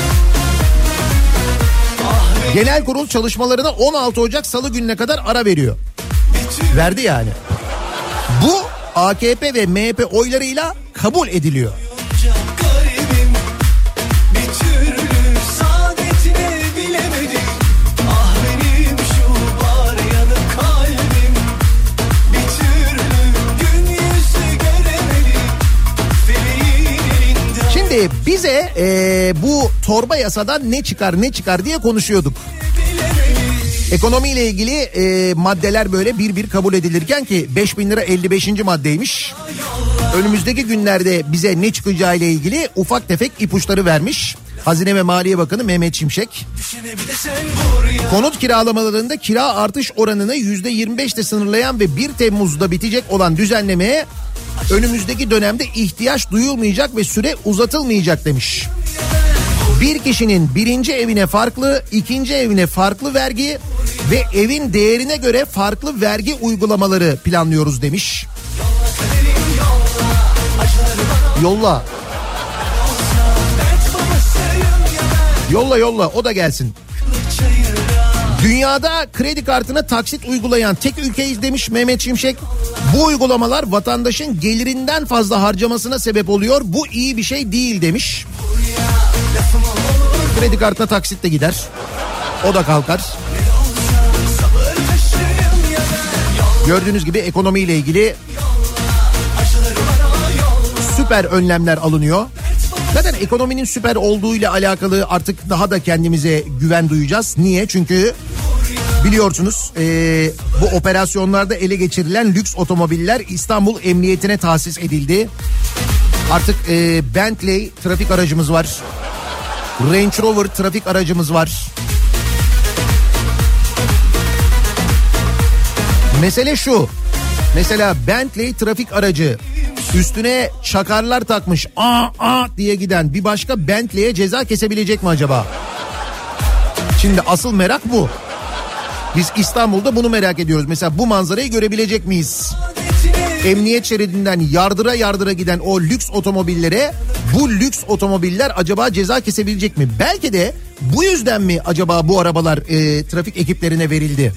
Genel kurul çalışmalarına 16 Ocak Salı gününe kadar ara veriyor. Verdi yani. Bu AKP ve MHP oylarıyla kabul ediliyor. Şimdi bize bu torba yasadan ne çıkar diye konuşuyorduk. Ekonomiyle ilgili maddeler böyle bir kabul edilirken ki 5.000 lira 55. maddeymiş. Önümüzdeki günlerde bize ne çıkacağı ile ilgili ufak tefek ipuçları vermiş Hazine ve Maliye Bakanı Mehmet Şimşek. Konut kiralamalarında kira artış oranını %25'te sınırlayan ve 1 Temmuz'da bitecek olan düzenlemeye önümüzdeki dönemde ihtiyaç duyulmayacak ve süre uzatılmayacak demiş. Bir kişinin birinci evine farklı, ikinci evine farklı vergi ve evin değerine göre farklı vergi uygulamaları planlıyoruz demiş. Yolla. Yolla o da gelsin. Dünyada kredi kartına taksit uygulayan tek ülkeyiz demiş Mehmet Şimşek. Bu uygulamalar vatandaşın gelirinden fazla harcamasına sebep oluyor. Bu iyi bir şey değil demiş. Kredi kartına taksit de gider. O da kalkar. Gördüğünüz gibi ekonomiyle ilgili süper önlemler alınıyor. Zaten ekonominin süper olduğuyla alakalı artık daha da kendimize güven duyacağız. Niye? Çünkü biliyorsunuz bu operasyonlarda ele geçirilen lüks otomobiller İstanbul Emniyetine tahsis edildi. Artık Bentley trafik aracımız var. Range Rover trafik aracımız var. Mesele şu. Mesela Bentley trafik aracı üstüne çakarlar takmış diye giden bir başka Bentley'e ceza kesebilecek mi acaba? Şimdi asıl merak bu. Biz İstanbul'da bunu merak ediyoruz. Mesela bu manzarayı görebilecek miyiz? Emniyet şeridinden yardıra giden o lüks otomobillere bu lüks otomobiller acaba ceza kesebilecek mi? Belki de bu yüzden mi acaba bu arabalar trafik ekiplerine verildi?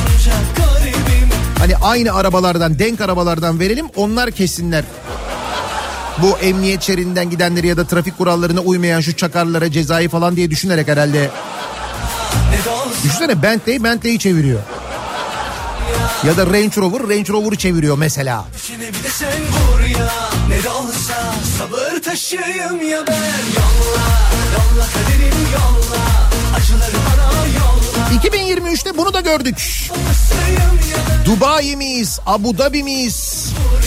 Hani aynı arabalardan, denk arabalardan verelim, onlar kessinler. Bu emniyet şeridinden gidenleri ya da trafik kurallarına uymayan şu çakarlara cezayı falan diye düşünerek herhalde. Düşünsene Bentley'i çeviriyor. Ya da Range Rover'ı çeviriyor mesela. 2023'te bunu da gördük. Dubai miyiz? Abu Dhabi miyiz?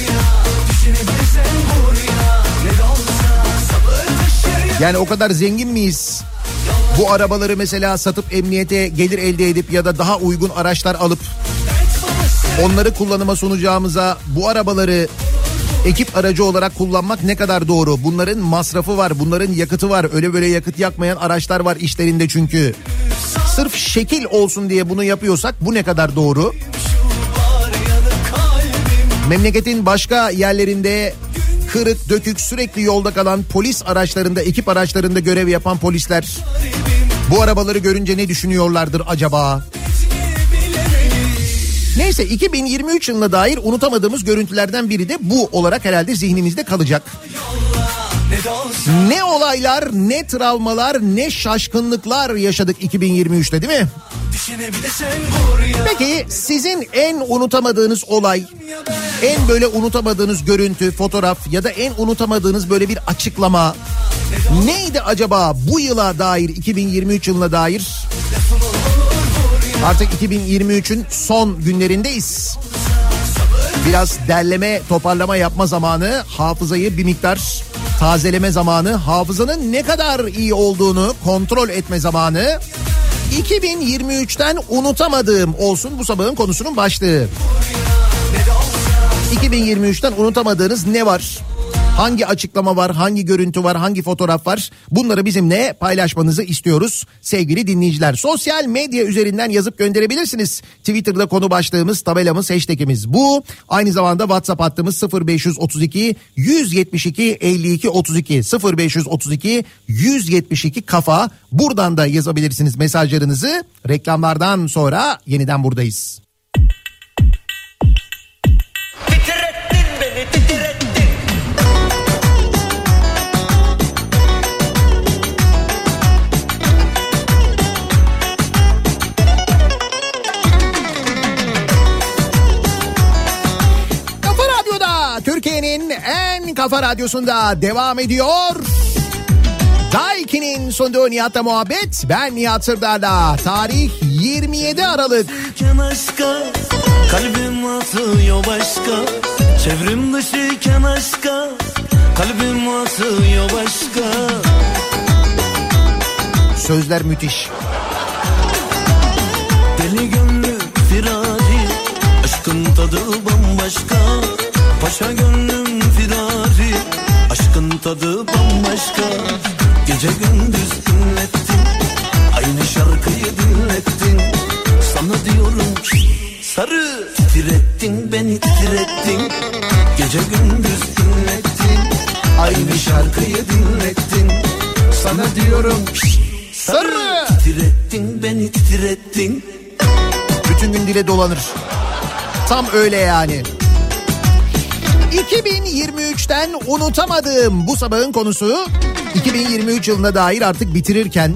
Yani o kadar zengin miyiz? Bu arabaları mesela satıp emniyete gelir elde edip ya da daha uygun araçlar alıp onları kullanıma sunacağımıza bu arabaları ekip aracı olarak kullanmak ne kadar doğru? Bunların masrafı var, bunların yakıtı var. Öyle böyle yakıt yakmayan araçlar var işlerinde çünkü. Sırf şekil olsun diye bunu yapıyorsak bu ne kadar doğru? Memleketin başka yerlerinde kırık dökük sürekli yolda kalan polis araçlarında, ekip araçlarında görev yapan polisler bu arabaları görünce ne düşünüyorlardır acaba? Neyse 2023 yılına dair unutamadığımız görüntülerden biri de bu olarak herhalde zihnimizde kalacak. Ne olaylar, ne travmalar, ne şaşkınlıklar yaşadık 2023'te değil mi? Peki sizin en unutamadığınız olay, en böyle unutamadığınız görüntü, fotoğraf ya da en unutamadığınız böyle bir açıklama neydi acaba bu yıla dair, 2023 yılına dair? Artık 2023'ün son günlerindeyiz. Biraz derleme, toparlama yapma zamanı, hafızayı bir miktar tazeleme zamanı, hafızanın ne kadar iyi olduğunu kontrol etme zamanı. 2023'ten unutamadığım olsun bu sabahın konusunun başlığı. 2023'ten unutamadığınız ne var? Hangi açıklama var, hangi görüntü var, hangi fotoğraf var? Bunları bizimle paylaşmanızı istiyoruz sevgili dinleyiciler. Sosyal medya üzerinden yazıp gönderebilirsiniz. Twitter'da konu başlığımız, tabelamız, hashtagimiz bu. Aynı zamanda WhatsApp hattımız 0532 172 52 32 0532 172 kafa. Buradan da yazabilirsiniz mesajlarınızı. Reklamlardan sonra yeniden buradayız. Türkiye'nin en kafa radyosunda devam ediyor. Daiki'nin sunduğu Nihat'la muhabbet. Ben Nihat Sırdar'la. Tarih 27 Aralık. Aşka, kalbim atıyor başka. Çevrim dışıyken aşka, kalbim atıyor başka. Sözler müthiş. Deli gönlü firari, aşkın tadı bambaşka. Paşa gönlüm firari, aşkın tadı bambaşka. Gece gündüz dinlettin, aynı şarkıyı dinlettin. Sana diyorum sarı, titrettin beni titrettin. Gece gündüz dinlettin, aynı şarkıyı dinlettin. Sana diyorum sarı, titrettin beni titrettin. Bütün gün dile dolanır. Tam öyle yani. 2023'ten unutamadığım bu sabahın konusu 2023 yılına dair artık bitirirken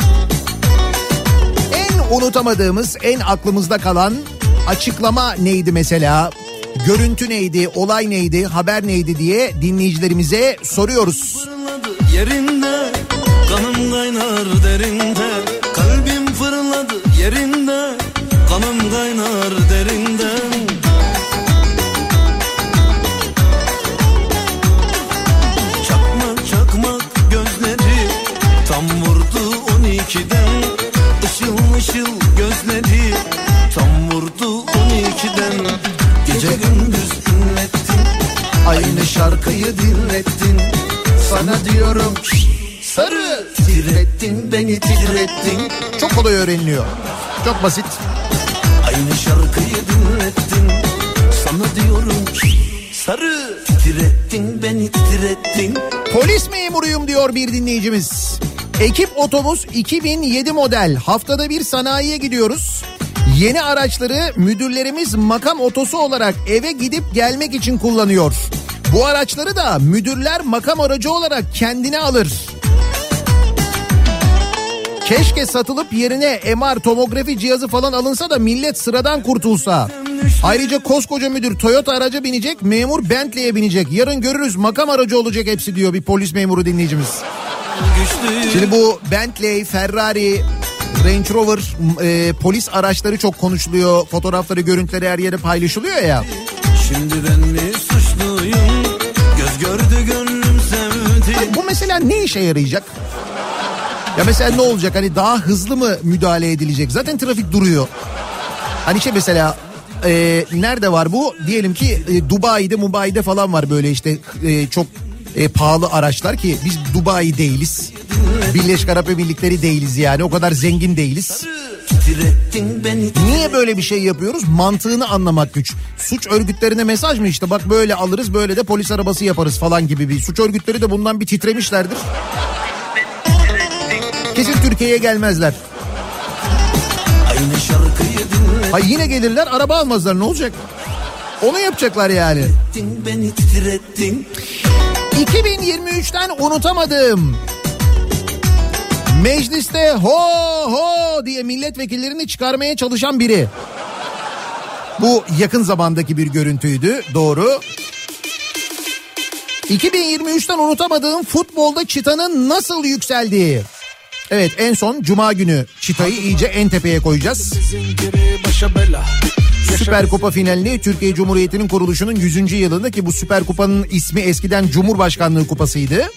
en unutamadığımız, en aklımızda kalan açıklama neydi mesela? Görüntü neydi, olay neydi, haber neydi diye dinleyicilerimize soruyoruz. Yerinde, kanım kaynar derinde, kalbim fırladı yerinde, kanım kaynar derinden. Çakmak çakmak gözleri, tam vurdu 12'den. Işıl ışıl gözleri, tam vurdu 12'den. Gece gündüz dinlettin, aynı şarkıyı dinlettin. Sana diyorum sarı, titrettin beni titrettin. Çok kolay öğreniliyor. Çok basit. Aynı şarkıyı dinlettin. Sana diyorum sarı, titrettin beni titrettin. Polis memuruyum diyor bir dinleyicimiz. Ekip otobüs 2007 model. Haftada bir sanayiye gidiyoruz. Yeni araçları müdürlerimiz makam otosu olarak eve gidip gelmek için kullanıyor. Bu araçları da müdürler makam aracı olarak kendine alır. Keşke satılıp yerine MR, tomografi cihazı falan alınsa da millet sıradan kurtulsa. Ayrıca koskoca müdür Toyota araca binecek, memur Bentley'e binecek. Yarın görürüz makam aracı olacak hepsi diyor bir polis memuru dinleyicimiz. Şimdi bu Bentley, Ferrari, Range Rover polis araçları çok konuşuluyor. Fotoğrafları, görüntüleri her yere paylaşılıyor ya. Şimdi ben mi suçluyum? Göz gördü gönlüm sevdi. Hani bu mesela ne işe yarayacak? Ya mesela ne olacak? Hani daha hızlı mı müdahale edilecek? Zaten trafik duruyor. Hani şey mesela nerede var bu? Diyelim ki Dubai'de falan var böyle işte çok pahalı araçlar ki biz Dubai değiliz. Birleşik Arap Emirlikleri değiliz yani. O kadar zengin değiliz. Niye böyle bir şey yapıyoruz? Mantığını anlamak güç. Suç örgütlerine mesaj mı işte? Bak böyle alırız, böyle de polis arabası yaparız falan gibi bir. Suç örgütleri de bundan bir titremişlerdir. Kesin Türkiye'ye gelmezler. Hayır yine gelirler, araba almazlar, ne olacak? Onu yapacaklar yani. 2023'ten unutamadığım, mecliste ho ho diye milletvekillerini çıkarmaya çalışan biri. Bu yakın zamandaki bir görüntüydü, doğru. 2023'ten unutamadığım futbolda çıtanın nasıl yükseldiği. Evet, en son Cuma günü çıtayı iyice en tepeye koyacağız. Süper Kupa finalini Türkiye Cumhuriyeti'nin kuruluşunun 100. yılında, ki bu Süper Kupa'nın ismi eskiden Cumhurbaşkanlığı Kupası'ydı.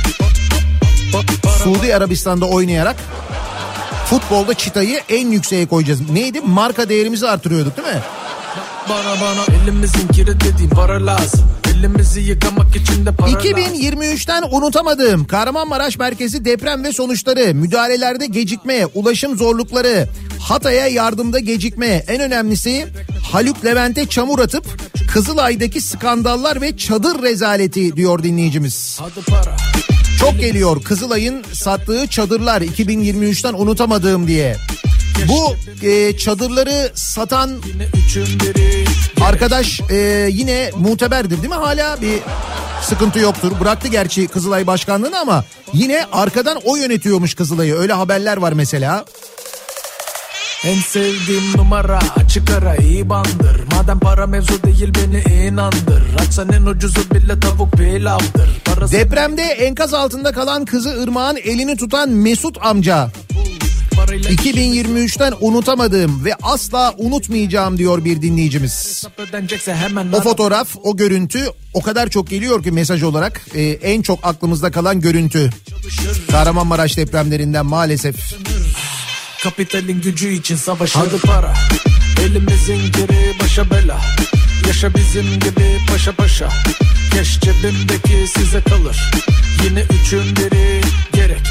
Suudi Arabistan'da oynayarak futbolda çıtayı en yükseğe koyacağız. Neydi? Marka değerimizi artırıyorduk değil mi? Bana elimizin kiri dediğim para lazım. Elimizi yıkamak için de para 2023'ten unutamadığım Kahramanmaraş merkezi deprem ve sonuçları, müdahalelerde gecikme, ulaşım zorlukları, Hatay'a yardımda gecikme, en önemlisi Haluk Levent'e çamur atıp Kızılay'daki skandallar ve çadır rezaleti diyor dinleyicimiz. Çok geliyor Kızılay'ın sattığı çadırlar 2023'ten unutamadığım diye. Bu çadırları satan arkadaş yine muteberdir değil mi? Hala bir sıkıntı yoktur. Bıraktı gerçi Kızılay başkanlığını ama yine arkadan o yönetiyormuş Kızılay'ı. Öyle haberler var mesela. En sevdiğim numara açık ara IBAN'dır. Madem para mevzu değil beni inandır. Açsan en ucuzu bile tavuk pilavdır. parası. Depremde enkaz altında kalan kızı Irmak'ın elini tutan Mesut amca. 2023'ten unutamadığım ve asla unutmayacağım diyor bir dinleyicimiz. O fotoğraf, o görüntü o kadar çok geliyor ki mesaj olarak. En çok aklımızda kalan görüntü. Kahramanmaraş depremlerinden maalesef. Kapitalin gücü için savaşır. Hadi para, elimizin geri başa bela. Yaşa bizim gibi paşa paşa. Keş cebimdeki size kalır. Yine üçün biri gerek.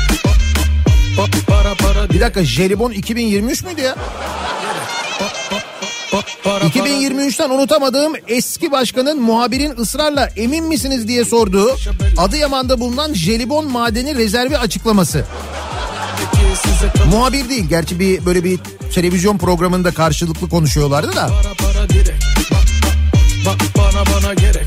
Para bir dakika, jelibon 2023 müydü ya? 2023'ten unutamadığım eski başkanın muhabirin ısrarla emin misiniz diye sorduğu Adıyaman'da bulunan jelibon madeni rezervi açıklaması. Muhabir değil gerçi, böyle bir televizyon programında karşılıklı konuşuyorlardı da. Bana gerek.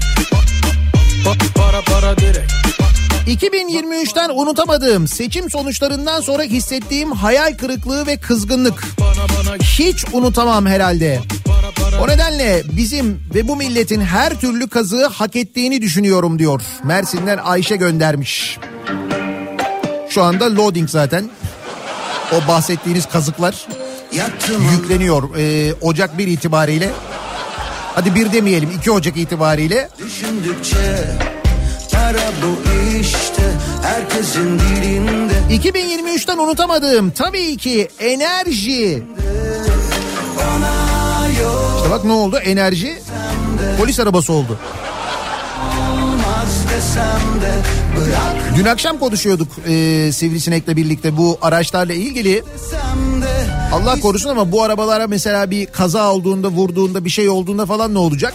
Para direkt. 2023'ten unutamadığım, seçim sonuçlarından sonra hissettiğim hayal kırıklığı ve kızgınlık. Hiç unutamam herhalde. O nedenle bizim ve bu milletin her türlü kazığı hak ettiğini düşünüyorum diyor. Mersin'den Ayşe göndermiş. Şu anda loading zaten. O bahsettiğiniz kazıklar yükleniyor Ocak 1 itibariyle. Hadi 1 demeyelim, 2 Ocak itibariyle. Düşündükçe para bu işte herkesin dilinde. 2023'ten unutamadığım tabii ki enerji. İşte bak ne oldu, enerji polis arabası oldu. Dün akşam konuşuyorduk Sivrisinek'le birlikte bu araçlarla ilgili. Allah korusun ama bu arabalara mesela bir kaza olduğunda, vurduğunda, bir şey olduğunda falan ne olacak?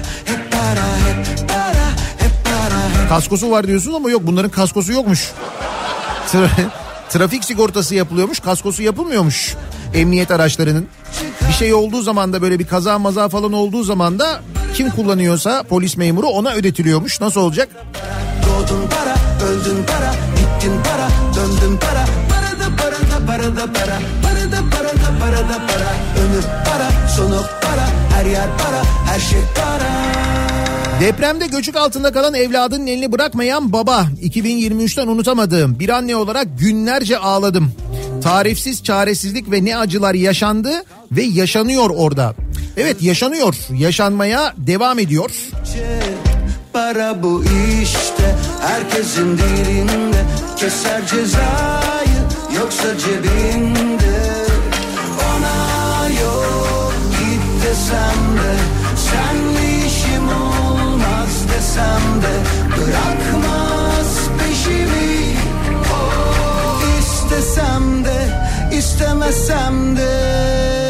Kaskosu var diyorsunuz ama yok, bunların kaskosu yokmuş. Trafik sigortası yapılıyormuş, kaskosu yapılmıyormuş emniyet araçlarının. Bir şey olduğu zaman da, böyle bir kaza maza falan olduğu zaman da kim kullanıyorsa polis memuru ona ödetiliyormuş. Nasıl olacak? Doğdun para, öldün para, gittin para, döndün para. Parada para, parada para. Ömür para, sonu para, her yer para, her şey para. Depremde göçük altında kalan evladının elini bırakmayan baba. 2023'ten unutamadığım, bir anne olarak günlerce ağladım. Tarifsiz çaresizlik ve ne acılar yaşandı ve yaşanıyor orada. Evet, yaşanıyor, yaşanmaya devam ediyor. Para bu işte herkesin dilinde, keser cezayı yoksa cebinde. Ona yok git desem de, senle işim olmaz desem de, bırakmaz peşimi. İstesem de istemesem de.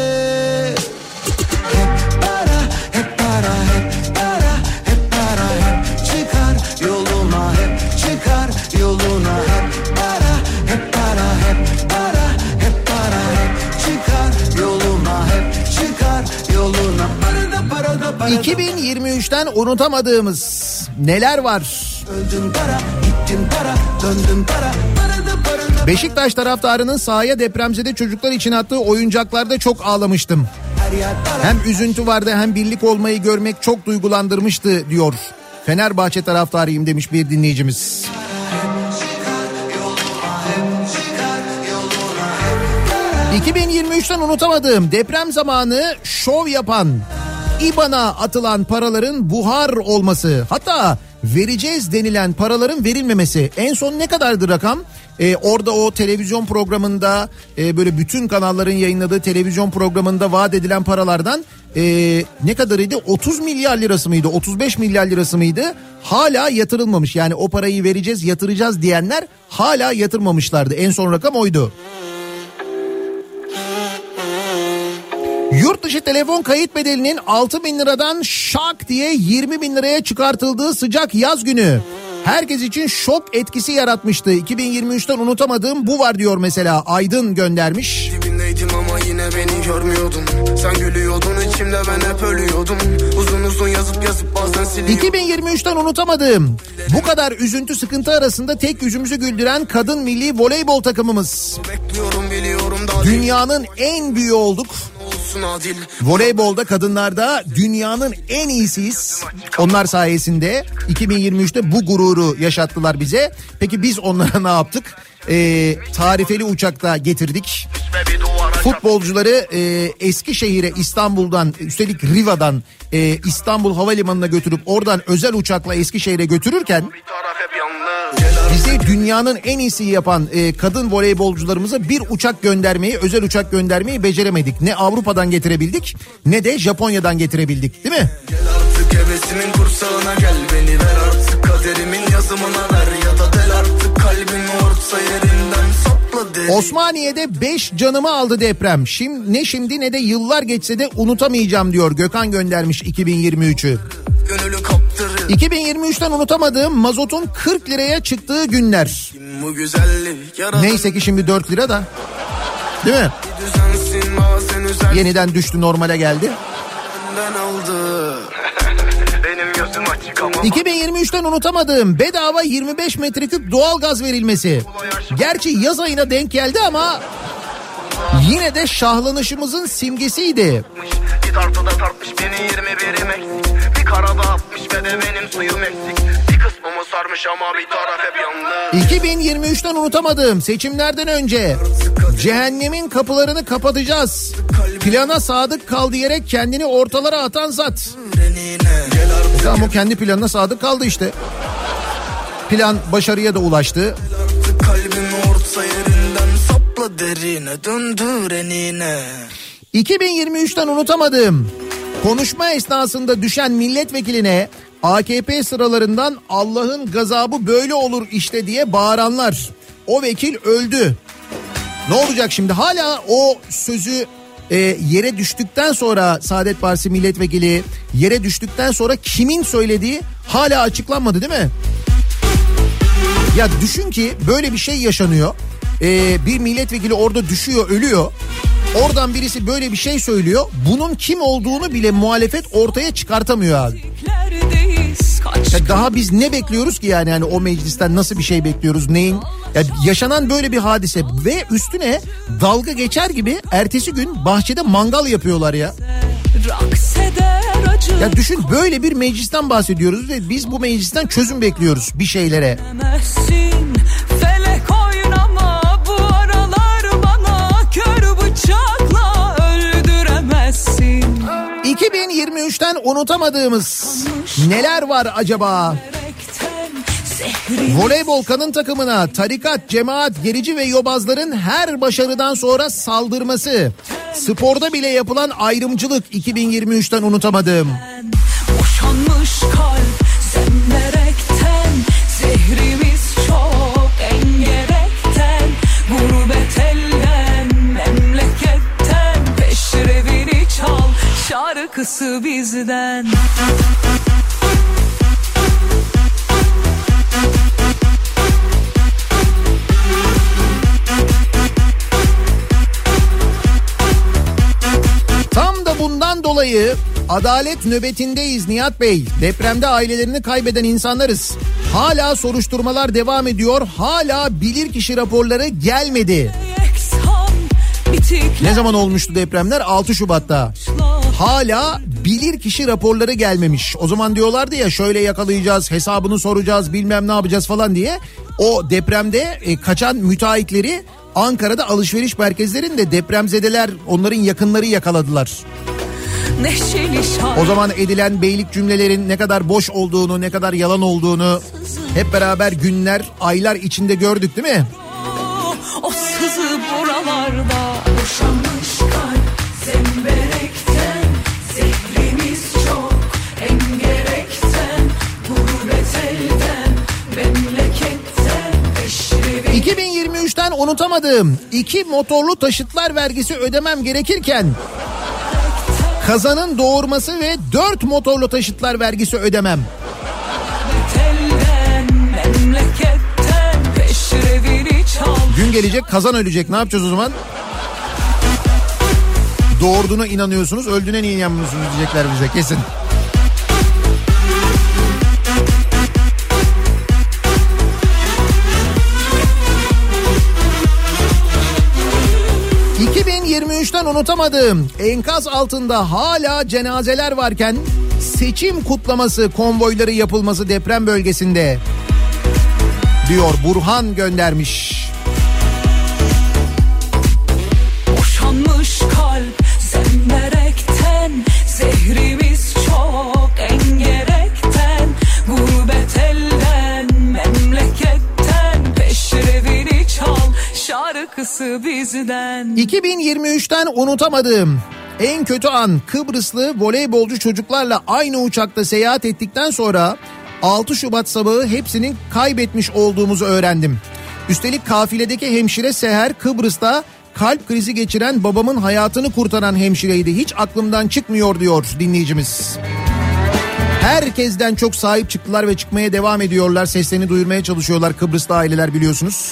Yoluna hep para, hep para, hep para, hep para, hep çıkar yoluma, hep çıkar yoluna. Parada, parada. 2023'ten unutamadığımız neler var? Öldün para, gittin para, döndün para. Parada. Beşiktaş taraftarının sahaya depremzede çocuklar için attığı oyuncaklarda çok ağlamıştım. Hem üzüntü vardı, hem birlik olmayı görmek çok duygulandırmıştı diyor. Fenerbahçe taraftarıyım demiş bir dinleyicimiz. 2023'ten unutamadığım, deprem zamanı şov yapan, İBAN'a atılan paraların buhar olması, hatta vereceğiz denilen paraların verilmemesi. En son ne kadardı rakam? Orada o televizyon programında, böyle bütün kanalların yayınladığı televizyon programında vaat edilen paralardan ne kadarıydı? 30 milyar lirası mıydı? 35 milyar lirası mıydı? Hala yatırılmamış. Yani o parayı vereceğiz, yatıracağız diyenler hala yatırmamışlardı. En son rakam oydu. Yurt dışı telefon kayıt bedelinin 6 bin liradan şak diye 20 bin liraya çıkartıldığı sıcak yaz günü herkes için şok etkisi yaratmıştı. 2023'ten unutamadığım bu var diyor mesela, Aydın göndermiş. Dibindeydim ama yine beni görmüyordun. Sen gülüyordun, içimde ben hep ölüyordum. Uzun uzun yazıp bazen siliyorum. 2023'ten unutamadığım, bu kadar üzüntü sıkıntı arasında tek yüzümüzü güldüren kadın milli voleybol takımımız. Dünyanın en büyüğü olduk. olsun adil. Voleybolda kadınlarda dünyanın en iyisiyiz. Onlar sayesinde 2023'te bu gururu yaşattılar bize. Peki biz onlara ne yaptık? Tarifeli uçakta getirdik. Futbolcuları Eskişehir'e İstanbul'dan, üstelik Riva'dan İstanbul Havalimanı'na götürüp oradan özel uçakla Eskişehir'e götürürken bizi dünyanın en iyisi yapan kadın voleybolcularımıza bir uçak göndermeyi, özel uçak göndermeyi beceremedik. Ne Avrupa'dan getirebildik ne de Japonya'dan getirebildik, değil mi? Gel artık hevesimin kursağına gel, beni ver artık kaderimin yazımına ver, ya da del artık kalbimi orta yerinden sapla derin. Osmaniye'de 5 canımı aldı deprem. Şimdi ne de yıllar geçse de unutamayacağım diyor. Gökhan göndermiş 2023'ü. 2023'ten unutamadığım mazotun 40 liraya çıktığı günler. Neyse ki şimdi 4 lira da. Değil mi? Yeniden düştü, normale geldi. 2023'ten unutamadığım bedava 25 metreküp doğalgaz verilmesi. Gerçi yaz ayına denk geldi ama yine de şahlanışımızın simgesiydi. Bir tartıda tartmış beni 21'im eksik. Bir karada atmış ve de benim suyum eksik. Bir kısmımı sarmış ama bir taraf hep yandı. 2023'ten unutamadığım seçimlerden önce cehennemin kapılarını kapatacağız, plana sadık kal diyerek kendini ortalara atan zat. Tamam, o kendi planına sadık kaldı işte. Plan başarıya da ulaştı. Kalbimi orta yerinden sapla derine, döndür enine. 2023'ten unutamadığım konuşma esnasında düşen milletvekiline AKP sıralarından Allah'ın gazabı böyle olur işte diye bağıranlar. O vekil öldü. Ne olacak şimdi? Hala o sözü yere düştükten sonra, Saadet Partisi milletvekili yere düştükten sonra kimin söylediği hala açıklanmadı, değil mi? Ya düşün ki böyle bir şey yaşanıyor. Bir milletvekili orada düşüyor, ölüyor. Oradan birisi böyle bir şey söylüyor. Bunun kim olduğunu bile muhalefet ortaya çıkartamıyor abi. Ya daha biz ne bekliyoruz ki yani o meclisten nasıl bir şey bekliyoruz, neyin? Ya yaşanan böyle bir hadise ve üstüne dalga geçer gibi ertesi gün bahçede mangal yapıyorlar ya. Ya düşün, böyle bir meclisten bahsediyoruz ve biz bu meclisten çözüm bekliyoruz bir şeylere. 2023'ten unutamadığımız neler var acaba? Voleybol kadın takımına tarikat, cemaat, gerici ve yobazların her başarıdan sonra saldırması. Sporda bile yapılan ayrımcılık 2023'ten unutamadığım. Boşanmış kalp zemberekten, zehrimiz çok engerekten, gurbet elden, memleketten, peşrevini çal, şarkısı bizden. Tam da bundan dolayı adalet nöbetindeyiz Nihat Bey. Depremde ailelerini kaybeden insanlarız. Hala soruşturmalar devam ediyor. Hala bilirkişi raporları gelmedi. Ne zaman olmuştu depremler? 6 Şubat'ta. Hala bilirkişi raporları gelmemiş. O zaman diyorlardı ya, şöyle yakalayacağız, hesabını soracağız, bilmem ne yapacağız falan diye. O depremde kaçan müteahhitleri Ankara'da alışveriş merkezlerinde depremzedeler, onların yakınları yakaladılar. O zaman edilen beylik cümlelerin ne kadar boş olduğunu, ne kadar yalan olduğunu hep beraber günler, aylar içinde gördük, değil mi? O sızı buralarda, boşanmış kalp zemberekten, zehrimiz çok engerekten, gurbet elden, memleketten, peşrevi. 2023'ten unutamadığım 2 motorlu taşıtlar vergisi ödemem gerekirken kazanın doğurması ve 4 motorlu taşıtlar vergisi ödemem. Gün gelecek, kazan ölecek, ne yapacağız o zaman? Doğurduğuna inanıyorsunuz, öldüğüne niye inanmıyorsunuz diyecekler bize kesin. 2023'ten unutamadığım, enkaz altında hala cenazeler varken seçim kutlaması konvoyları yapılması deprem bölgesinde diyor Burhan göndermiş. Boşanmış kalp zemberekten, zehrimiz çok engerekten, gurbet elden memleketten, peşrevini çal şarkısı bizden. 2023'ten unutamadığım en kötü an, Kıbrıslı voleybolcu çocuklarla aynı uçakta seyahat ettikten sonra 6 Şubat sabahı hepsinin kaybetmiş olduğumuzu öğrendim. Üstelik kafiledeki hemşire Seher, Kıbrıs'ta kalp krizi geçiren babamın hayatını kurtaran hemşireydi. Hiç aklımdan çıkmıyor diyor dinleyicimiz. Herkesten çok sahip çıktılar ve çıkmaya devam ediyorlar. Seslerini duyurmaya çalışıyorlar Kıbrıs'ta aileler, biliyorsunuz.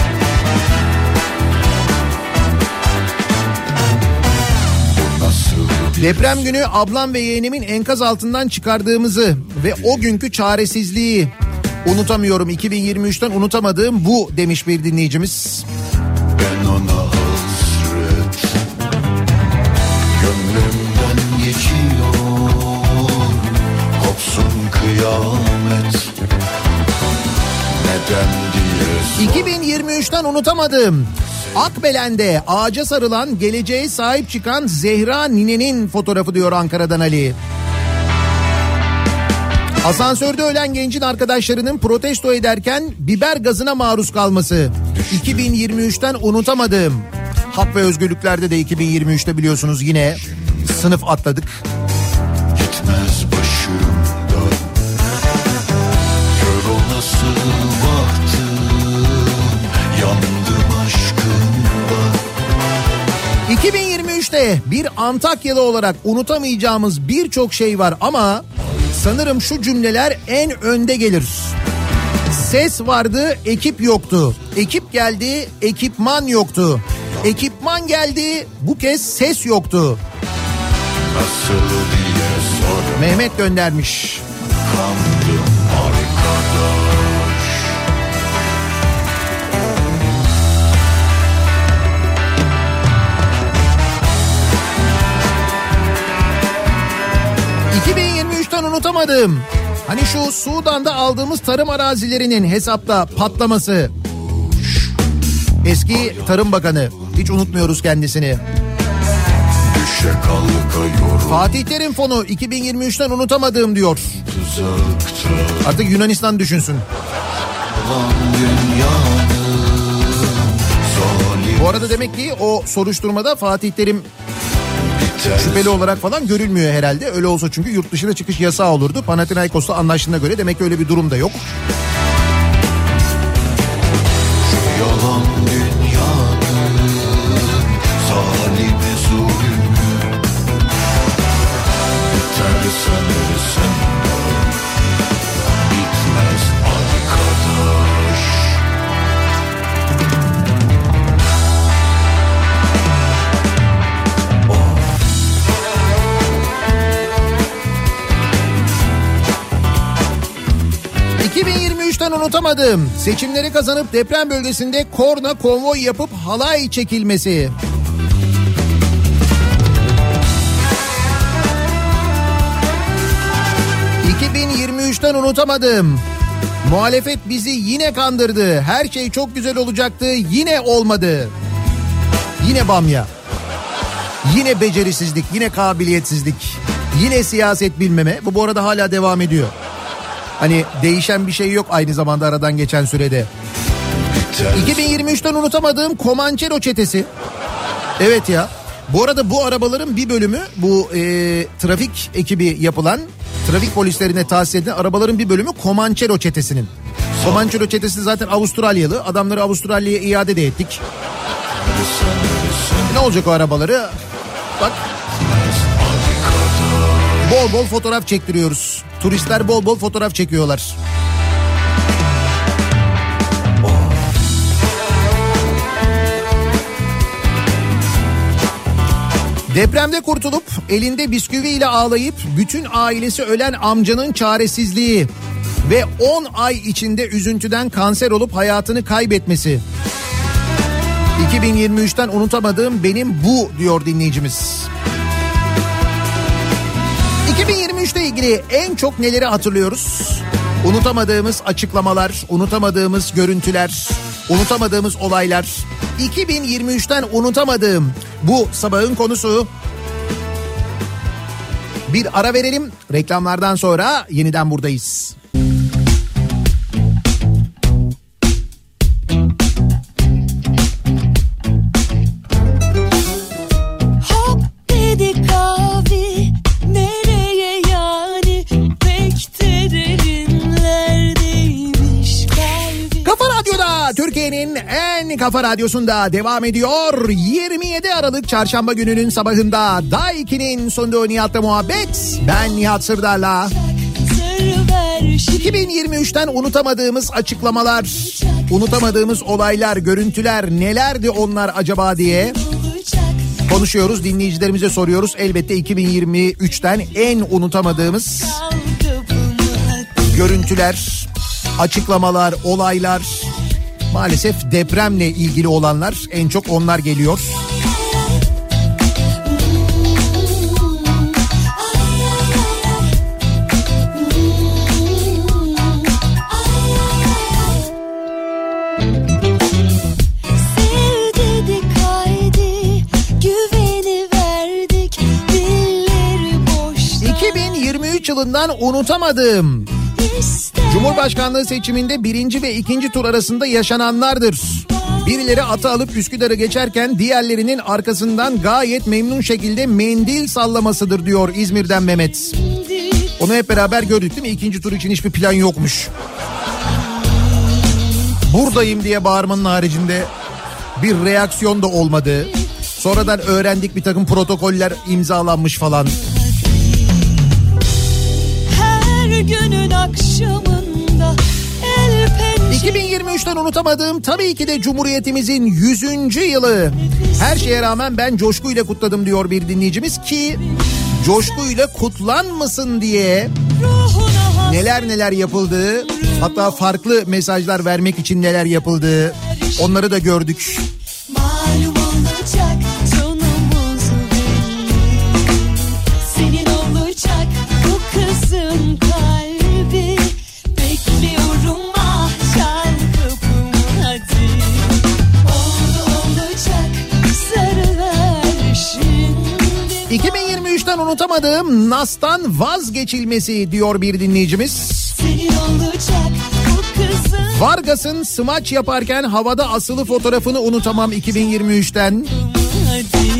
Deprem günü ablam ve yeğenimin enkaz altından çıkardığımızı ve o günkü çaresizliği unutamıyorum. 2023'ten unutamadığım bu demiş bir dinleyicimiz. Ben ona hasret, gönlümden geçiyor, kopsun kıyamet, neden diye 2023'ten unutamadığım, Akbelen'de ağaca sarılan, geleceğe sahip çıkan Zehra ninenin fotoğrafı diyor Ankara'dan Ali. Asansörde ölen gencin arkadaşlarının protesto ederken biber gazına maruz kalması. 2023'ten unutamadığım. Hak ve özgürlüklerde de 2023'te biliyorsunuz yine sınıf atladık. gitmez başımdan, kör olası baktım, yandım aşkımdan. 2023'te bir Antakyalı olarak unutamayacağımız birçok şey var ama sanırım şu cümleler en önde gelir. Ses vardı, ekip yoktu. Ekip geldi, ekipman yoktu. Ekipman geldi, bu kez ses yoktu. Nasıl diye sor, Mehmet göndermiş. kandım arkadaş. Unutamadım. Hani şu Sudan'da aldığımız tarım arazilerinin hesapta patlaması. Eski Tarım Bakanı, hiç unutmuyoruz kendisini. Fatih Terim Fonu 2023'ten unutamadığım diyor. Artık Yunanistan düşünsün. Bu arada demek ki o soruşturmada Fatih Terim şüpheli olarak falan görülmüyor herhalde. Öyle olsa çünkü yurt dışına çıkış yasağı olurdu. Panathinaikos'la anlaştığına göre demek ki öyle bir durum da yok. Şu yalan dünyanın zalimi zulmü, biter sanırsın bitmez arkadaş. Unutamadım. Seçimleri kazanıp deprem bölgesinde korna konvoy yapıp halay çekilmesi. ...2023'ten unutamadım. Muhalefet bizi yine kandırdı. Her şey çok güzel olacaktı. Yine olmadı. Yine bamya. Yine becerisizlik. Yine kabiliyetsizlik. Yine siyaset bilmeme. Bu arada hala devam ediyor. Hani değişen bir şey yok aynı zamanda aradan geçen sürede. 2023'ten unutamadığım Comanchero çetesi. Evet ya. Bu arada bu arabaların bir bölümü, bu trafik ekibi yapılan, trafik polislerine tahsis edilen arabaların bir bölümü Comanchero çetesinin. Comanchero çetesi zaten Avustralyalı. Adamları Avustralya'ya iade de ettik. Ne olacak o arabaları? Bak. Bol bol fotoğraf çektiriyoruz. Turistler bol bol fotoğraf çekiyorlar. Depremde kurtulup elinde bisküviyle ağlayıp bütün ailesi ölen amcanın çaresizliği ve 10 ay içinde üzüntüden kanser olup hayatını kaybetmesi. 2023'ten unutamadığım benim bu diyor dinleyicimiz. 2023'te ilgili en çok neleri hatırlıyoruz? Unutamadığımız açıklamalar, unutamadığımız görüntüler, unutamadığımız olaylar. 2023'ten unutamadığım bu sabahın konusu. Bir ara verelim. Reklamlardan sonra yeniden buradayız. Hop dedik abi, nereye yani, pek de derinlerdeymiş kalbim. Kafa Radyo'da, Türkiye'nin en kafa radyosunda devam ediyor. 27 Aralık Çarşamba gününün sabahında Daiki'nin sunduğu Nihat'la muhabbet. Ben Nihat Sırdar'la. 2023'ten unutamadığımız açıklamalar, unutamadığımız olaylar, görüntüler nelerdi onlar acaba diye konuşuyoruz. Dinleyicilerimize soruyoruz. Elbette 2023'ten en unutamadığımız görüntüler, açıklamalar, olaylar, maalesef depremle ilgili olanlar, en çok onlar geliyor. Sevdik haydi, güveni verdik, dilleri boşta 2023 yılından unutamadığım Cumhurbaşkanlığı seçiminde 1. ve 2. tur arasında yaşananlardır. Birileri atı alıp Üsküdar'ı geçerken diğerlerinin arkasından gayet memnun şekilde mendil sallamasıdır diyor İzmir'den Mehmet. Onu hep beraber gördük değil mi? 2. tur için hiçbir plan yokmuş. Buradayım diye bağırmanın haricinde bir reaksiyon da olmadı. Sonradan öğrendik, bir takım protokoller imzalanmış falan. her günün akşamında el pençe 2023'ten unutamadığım tabii ki de Cumhuriyetimizin 100. yılı. Her şeye rağmen ben coşkuyla kutladım diyor bir dinleyicimiz ki coşkuyla kutlanmasın diye neler neler yapıldı, hatta farklı mesajlar vermek için neler yapıldı, onları da gördük. malum olacak sonumuz belli. Senin olacak bu kızın kalbi. Bekliyorum ah çal kapımı hadi. Olacak sarıver şimdi. 2023'ten unutamadığım Nas'tan vazgeçilmesi diyor bir dinleyicimiz. Senin olacak bu kızın Vargas'ın smaç yaparken havada asılı fotoğrafını unutamam 2023'ten. hadi.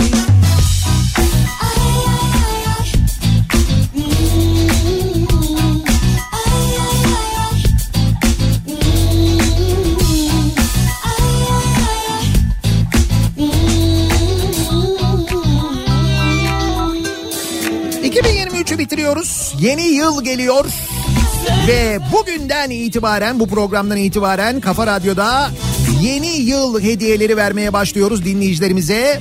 Bitiriyoruz. Yeni yıl geliyor ve bugünden itibaren, bu programdan itibaren Kafa Radyo'da yeni yıl hediyeleri vermeye başlıyoruz dinleyicilerimize.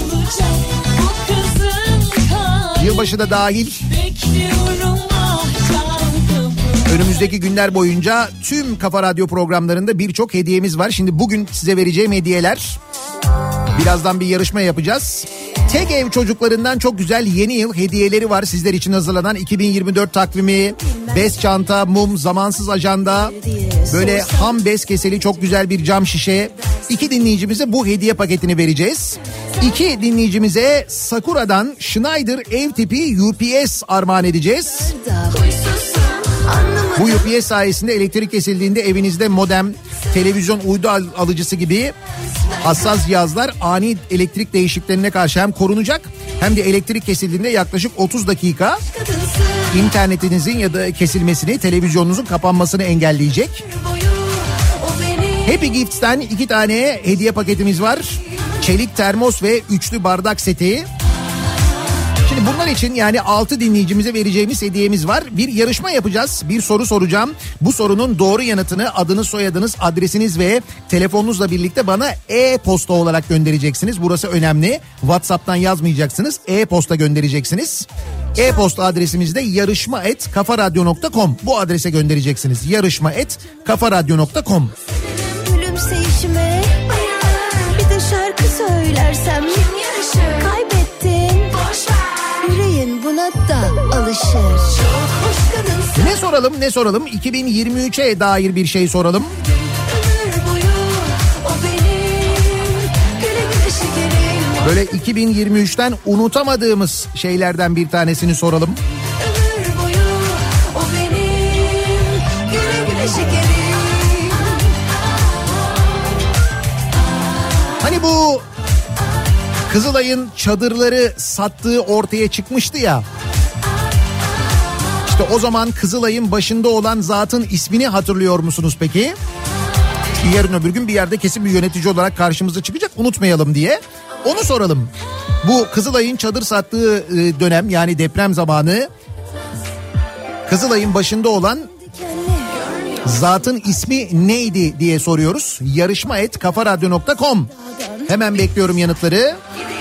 Yılbaşı da dahil. Önümüzdeki günler boyunca tüm Kafa Radyo programlarında birçok hediyemiz var. Şimdi bugün size vereceğim hediyeler, birazdan bir yarışma yapacağız. Tek ev çocuklarından çok güzel yeni yıl hediyeleri var sizler için hazırlanan. 2024 takvimi, bez çanta, mum, zamansız ajanda, böyle ham bez keseli çok güzel bir cam şişe. 2 dinleyicimize bu hediye paketini vereceğiz. 2 dinleyicimize Sakura'dan Schneider ev tipi UPS armağan edeceğiz. Bu UPS sayesinde elektrik kesildiğinde evinizde modem, televizyon uydu alıcısı gibi hassas cihazlar ani elektrik değişikliklerine karşı hem korunacak hem de elektrik kesildiğinde yaklaşık 30 dakika internetinizin ya da kesilmesini, televizyonunuzun kapanmasını engelleyecek. Happy Gifts'ten 2 tane hediye paketimiz var. Çelik termos ve üçlü bardak seti. Şimdi bunlar için, yani 6 dinleyicimize vereceğimiz hediyemiz var. Bir yarışma yapacağız. Bir soru soracağım. Bu sorunun doğru yanıtını adınız, soyadınız, adresiniz ve telefonunuzla birlikte bana e-posta olarak göndereceksiniz. Burası önemli. WhatsApp'tan yazmayacaksınız. E-posta göndereceksiniz. E-posta adresimiz de yarışma@kafaradyo.com. Bu adrese göndereceksiniz. yarışma@kafaradyo.com. Gülümseyişime bir de gidersem kim yarışır? Kaybettin boş ver. Yüreğin buna da alışır. Çok hoş kadınsın. Ne soralım? 2023'e dair bir şey soralım. Ömür boyu o benim. Güle güle şekerim. Böyle 2023'ten unutamadığımız şeylerden bir tanesini soralım. Ömür boyu o benim. Güle güle şekerim. Hani bu Kızılay'ın çadırları sattığı ortaya çıkmıştı ya. İşte o zaman Kızılay'ın başında olan zatın ismini hatırlıyor musunuz peki? Çünkü yarın öbür gün bir yerde kesin bir yönetici olarak karşımıza çıkacak, unutmayalım diye. Onu soralım. Bu Kızılay'ın çadır sattığı dönem, yani deprem zamanı, Kızılay'ın başında olan zatın ismi neydi diye soruyoruz. Yarışma@kafaradyo.com. Hemen bekliyorum yanıtları.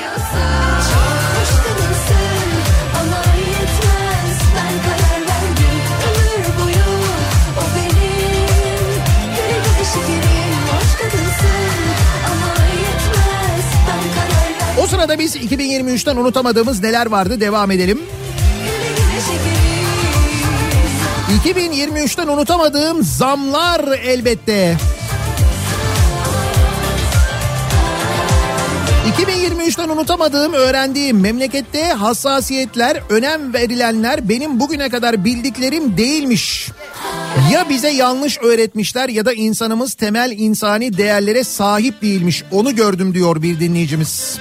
O sırada biz 2023'ten unutamadığımız neler vardı, devam edelim. 2023'ten unutamadığım zamlar elbette. 2023'ten unutamadığım, öğrendiğim, memlekette hassasiyetler, önem verilenler benim bugüne kadar bildiklerim değilmiş. Ya bize yanlış öğretmişler ya da insanımız temel insani değerlere sahip değilmiş. Onu gördüm diyor bir dinleyicimiz.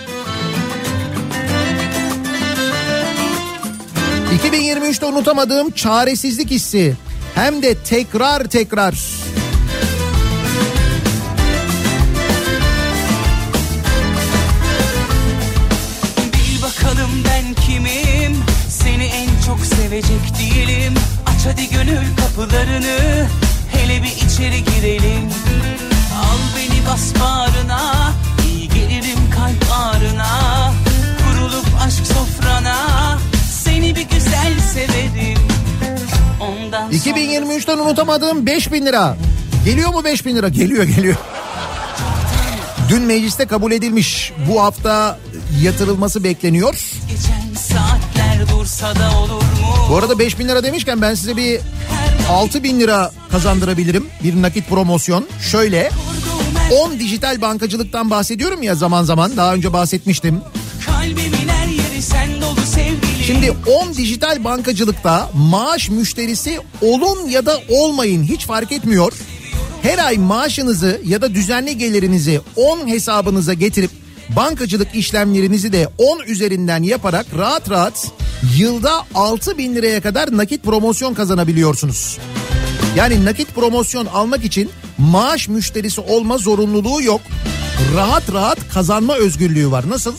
2023'te unutamadığım çaresizlik hissi. Hem de tekrar tekrar. Bil bakalım ben kimim? Seni en çok sevecek değilim. Aç hadi gönül kapılarını, hele bir içeri girelim. Al beni bas bağrına, iyi gelirim kalp ağrına. Kurulup aşk sofrana, seni bir güzel severim. Ondan 2023'ten unutamadığım 5.000 lira. Geliyor mu 5.000 lira? Geliyor. Dün mecliste kabul edilmiş. Bu hafta yatırılması bekleniyor. Geçen saatler dursa da olur mu? Bu arada 5.000 lira demişken ben size bir 6.000 lira kazandırabilirim. Bir nakit promosyon. Şöyle, 10 dijital bankacılıktan bahsediyorum ya zaman zaman. Daha önce bahsetmiştim. Kalbimin her yeri sen dolu sevgilim. Şimdi 10 dijital bankacılıkta maaş müşterisi olun ya da olmayın, hiç fark etmiyor. Her ay maaşınızı ya da düzenli gelirinizi 10 hesabınıza getirip bankacılık işlemlerinizi de 10 üzerinden yaparak rahat rahat yılda 6.000 liraya kadar nakit promosyon kazanabiliyorsunuz. Yani nakit promosyon almak için maaş müşterisi olma zorunluluğu yok. Rahat rahat kazanma özgürlüğü var. Nasıl?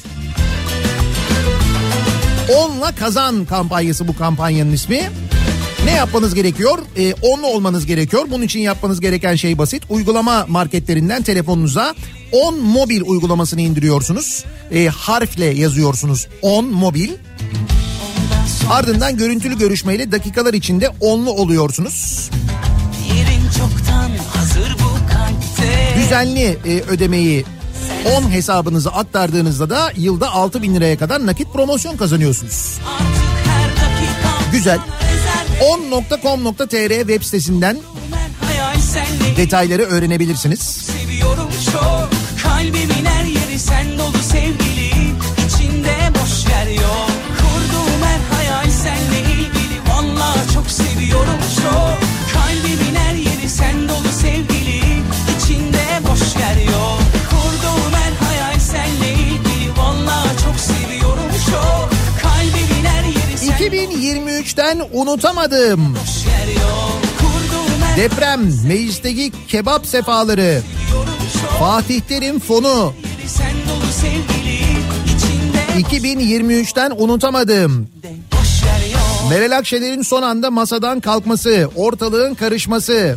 10'la kazan kampanyası bu kampanyanın ismi. Ne yapmanız gerekiyor? 10'lu olmanız gerekiyor. Bunun için yapmanız gereken şey basit. Uygulama marketlerinden telefonunuza 10 mobil uygulamasını indiriyorsunuz. Harfle yazıyorsunuz 10 mobil. Ardından görüntülü görüşmeyle dakikalar içinde 10'lu oluyorsunuz. Yerin çoktan hazır bu kalpte. Düzenli ödemeyi 10 hesabınıza aktardığınızda da yılda 6.000 liraya kadar nakit promosyon kazanıyorsunuz. Güzel. 10.com.tr web sitesinden detayları öğrenebilirsiniz. Seviyorum çok. Kalbimin her yeri sen dolu sevgili. İçinde boş yer yok. Kurduğum her hayal seninle ilgili. Vallahi çok seviyorum çok. Kalbimin her yeri sen dolu sevgili. İçinde boş yer yok. Kurduğum her hayal seninle ilgili. Vallahi çok seviyorum çok. Kalbimin her yeri sen 2023'ten unutamadığım deprem, meclisteki kebap sefaları, Fatih Terim fonu. 2023'ten unutamadığım Meral Akşener'in son anda masadan kalkması, ortalığın karışması.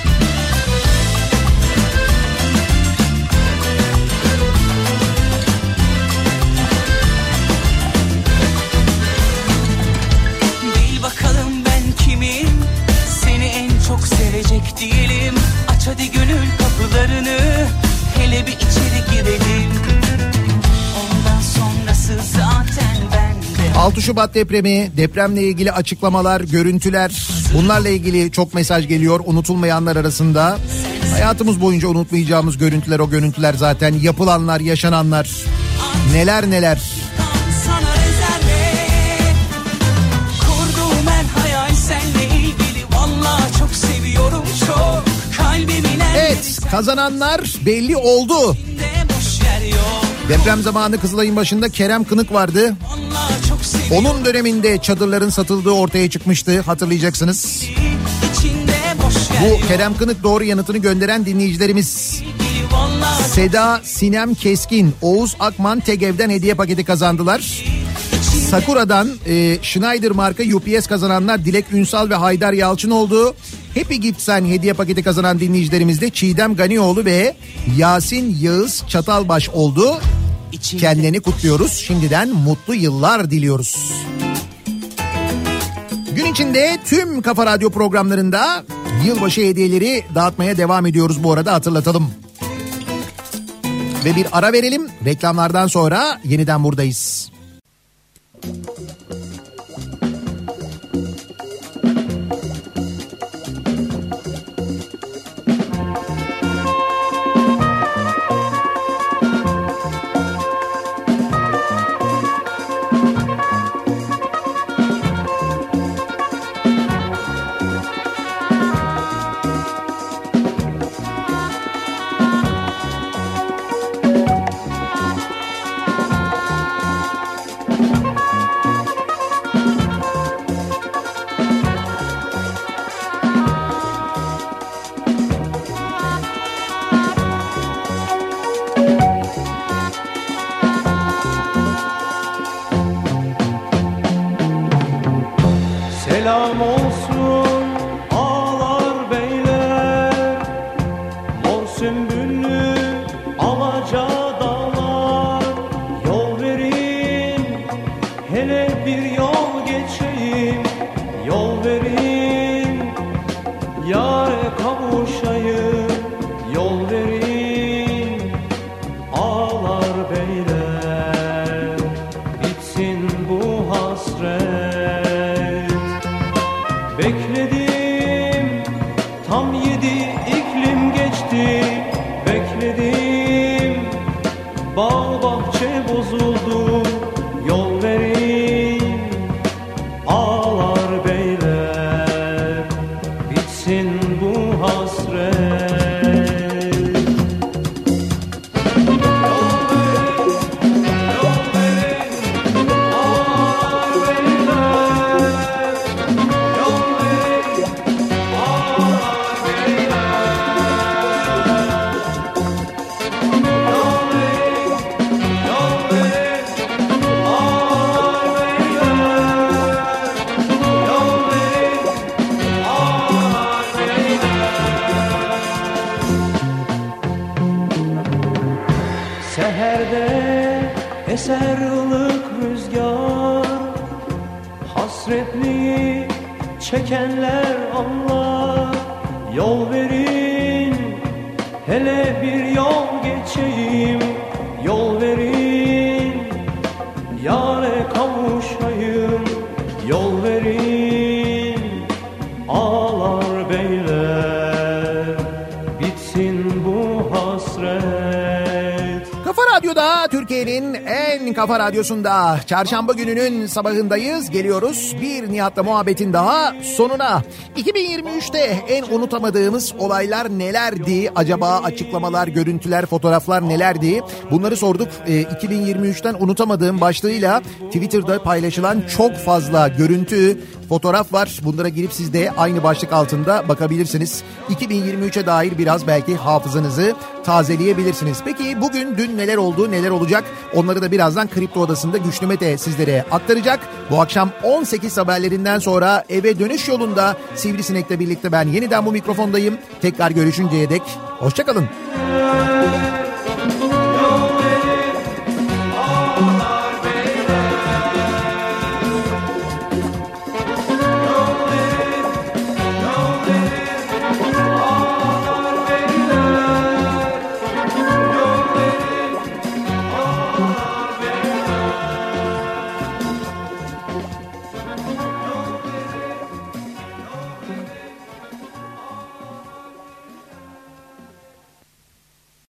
sevecek değilim. Aç hadi gönül kapılarını, hele bir içeri girelim. 6 Şubat depremi, depremle ilgili açıklamalar, görüntüler, bunlarla ilgili çok mesaj geliyor unutulmayanlar arasında. Hayatımız boyunca unutmayacağımız görüntüler, o görüntüler zaten, yapılanlar, yaşananlar, neler neler. Sana rezerve kurduğum her hayal seninle ilgili. Vallahi çok seviyorum, çok kalbimin her Evet, kazananlar belli oldu. boş yer yok. Deprem zamanı Kızılay'ın başında Kerem Kınık vardı. Vallahi çok seviyorum. Onun döneminde çadırların satıldığı ortaya çıkmıştı, hatırlayacaksınız. İçinde boş yer Bu yok. Kerem Kınık doğru yanıtını gönderen dinleyicilerimiz. Vallahi Seda, Sinem Keskin, Oğuz Akman Tegev'den hediye paketi kazandılar. Sakura'dan Schneider marka UPS kazananlar Dilek Ünsal ve Haydar Yalçın oldu. Happy Gifts'ten hediye paketi kazanan dinleyicilerimiz de Çiğdem Ganioğlu ve Yasin Yağız Çatalbaş oldu. Kendilerini kutluyoruz. Şimdiden mutlu yıllar diliyoruz. Gün içinde tüm Kafa Radyo programlarında yılbaşı hediyeleri dağıtmaya devam ediyoruz, bu arada hatırlatalım. Ve bir ara verelim. Reklamlardan sonra yeniden buradayız. Selam olsun ağalar beyler, mor sümbüllü alaca dağlar. Yol verin, hele bir yol geçeyim. Yol verin, yâre kavuşayım. Yol verin ağalar beyler, bitsin bu hasret. Bekledim, tam 7 iklim geçti. Bekledim, bağ bahçe bozuldu. Yol verin, ağalar beyler, bitsin bu hasret. Seherde eser ılık rüzgar, hasretliği çekenler anlar. Yol verin, hele bir yol geçeyim. Yol verin, yâre kavuşayım. Yol verin, ağalar beyler, bitsin bu hasret. Kafa Radyo'da, Türkiye'nin en kafa radyosunda çarşamba gününün sabahındayız. Geliyoruz bir Nihat'la muhabbetin daha sonuna. 2023'te en unutamadığımız olaylar nelerdi? Acaba açıklamalar, görüntüler, fotoğraflar nelerdi? Bunları sorduk. 2023'ten unutamadığım başlığıyla Twitter'da paylaşılan çok fazla görüntü, fotoğraf var. Bunlara girip siz de aynı başlık altında bakabilirsiniz. 2023'e dair biraz belki hafızanızı tazeleyebilirsiniz. Peki bugün, dün neler oldu, neler olacak? Onları da birazdan Kripto Odası'nda Güçlü Mete sizlere aktaracak. Bu akşam 18 haberlerinden sonra eve dönüş yolunda Sivrisinek'le birlikte ben yeniden bu mikrofondayım. Tekrar görüşünceye dek hoşça kalın.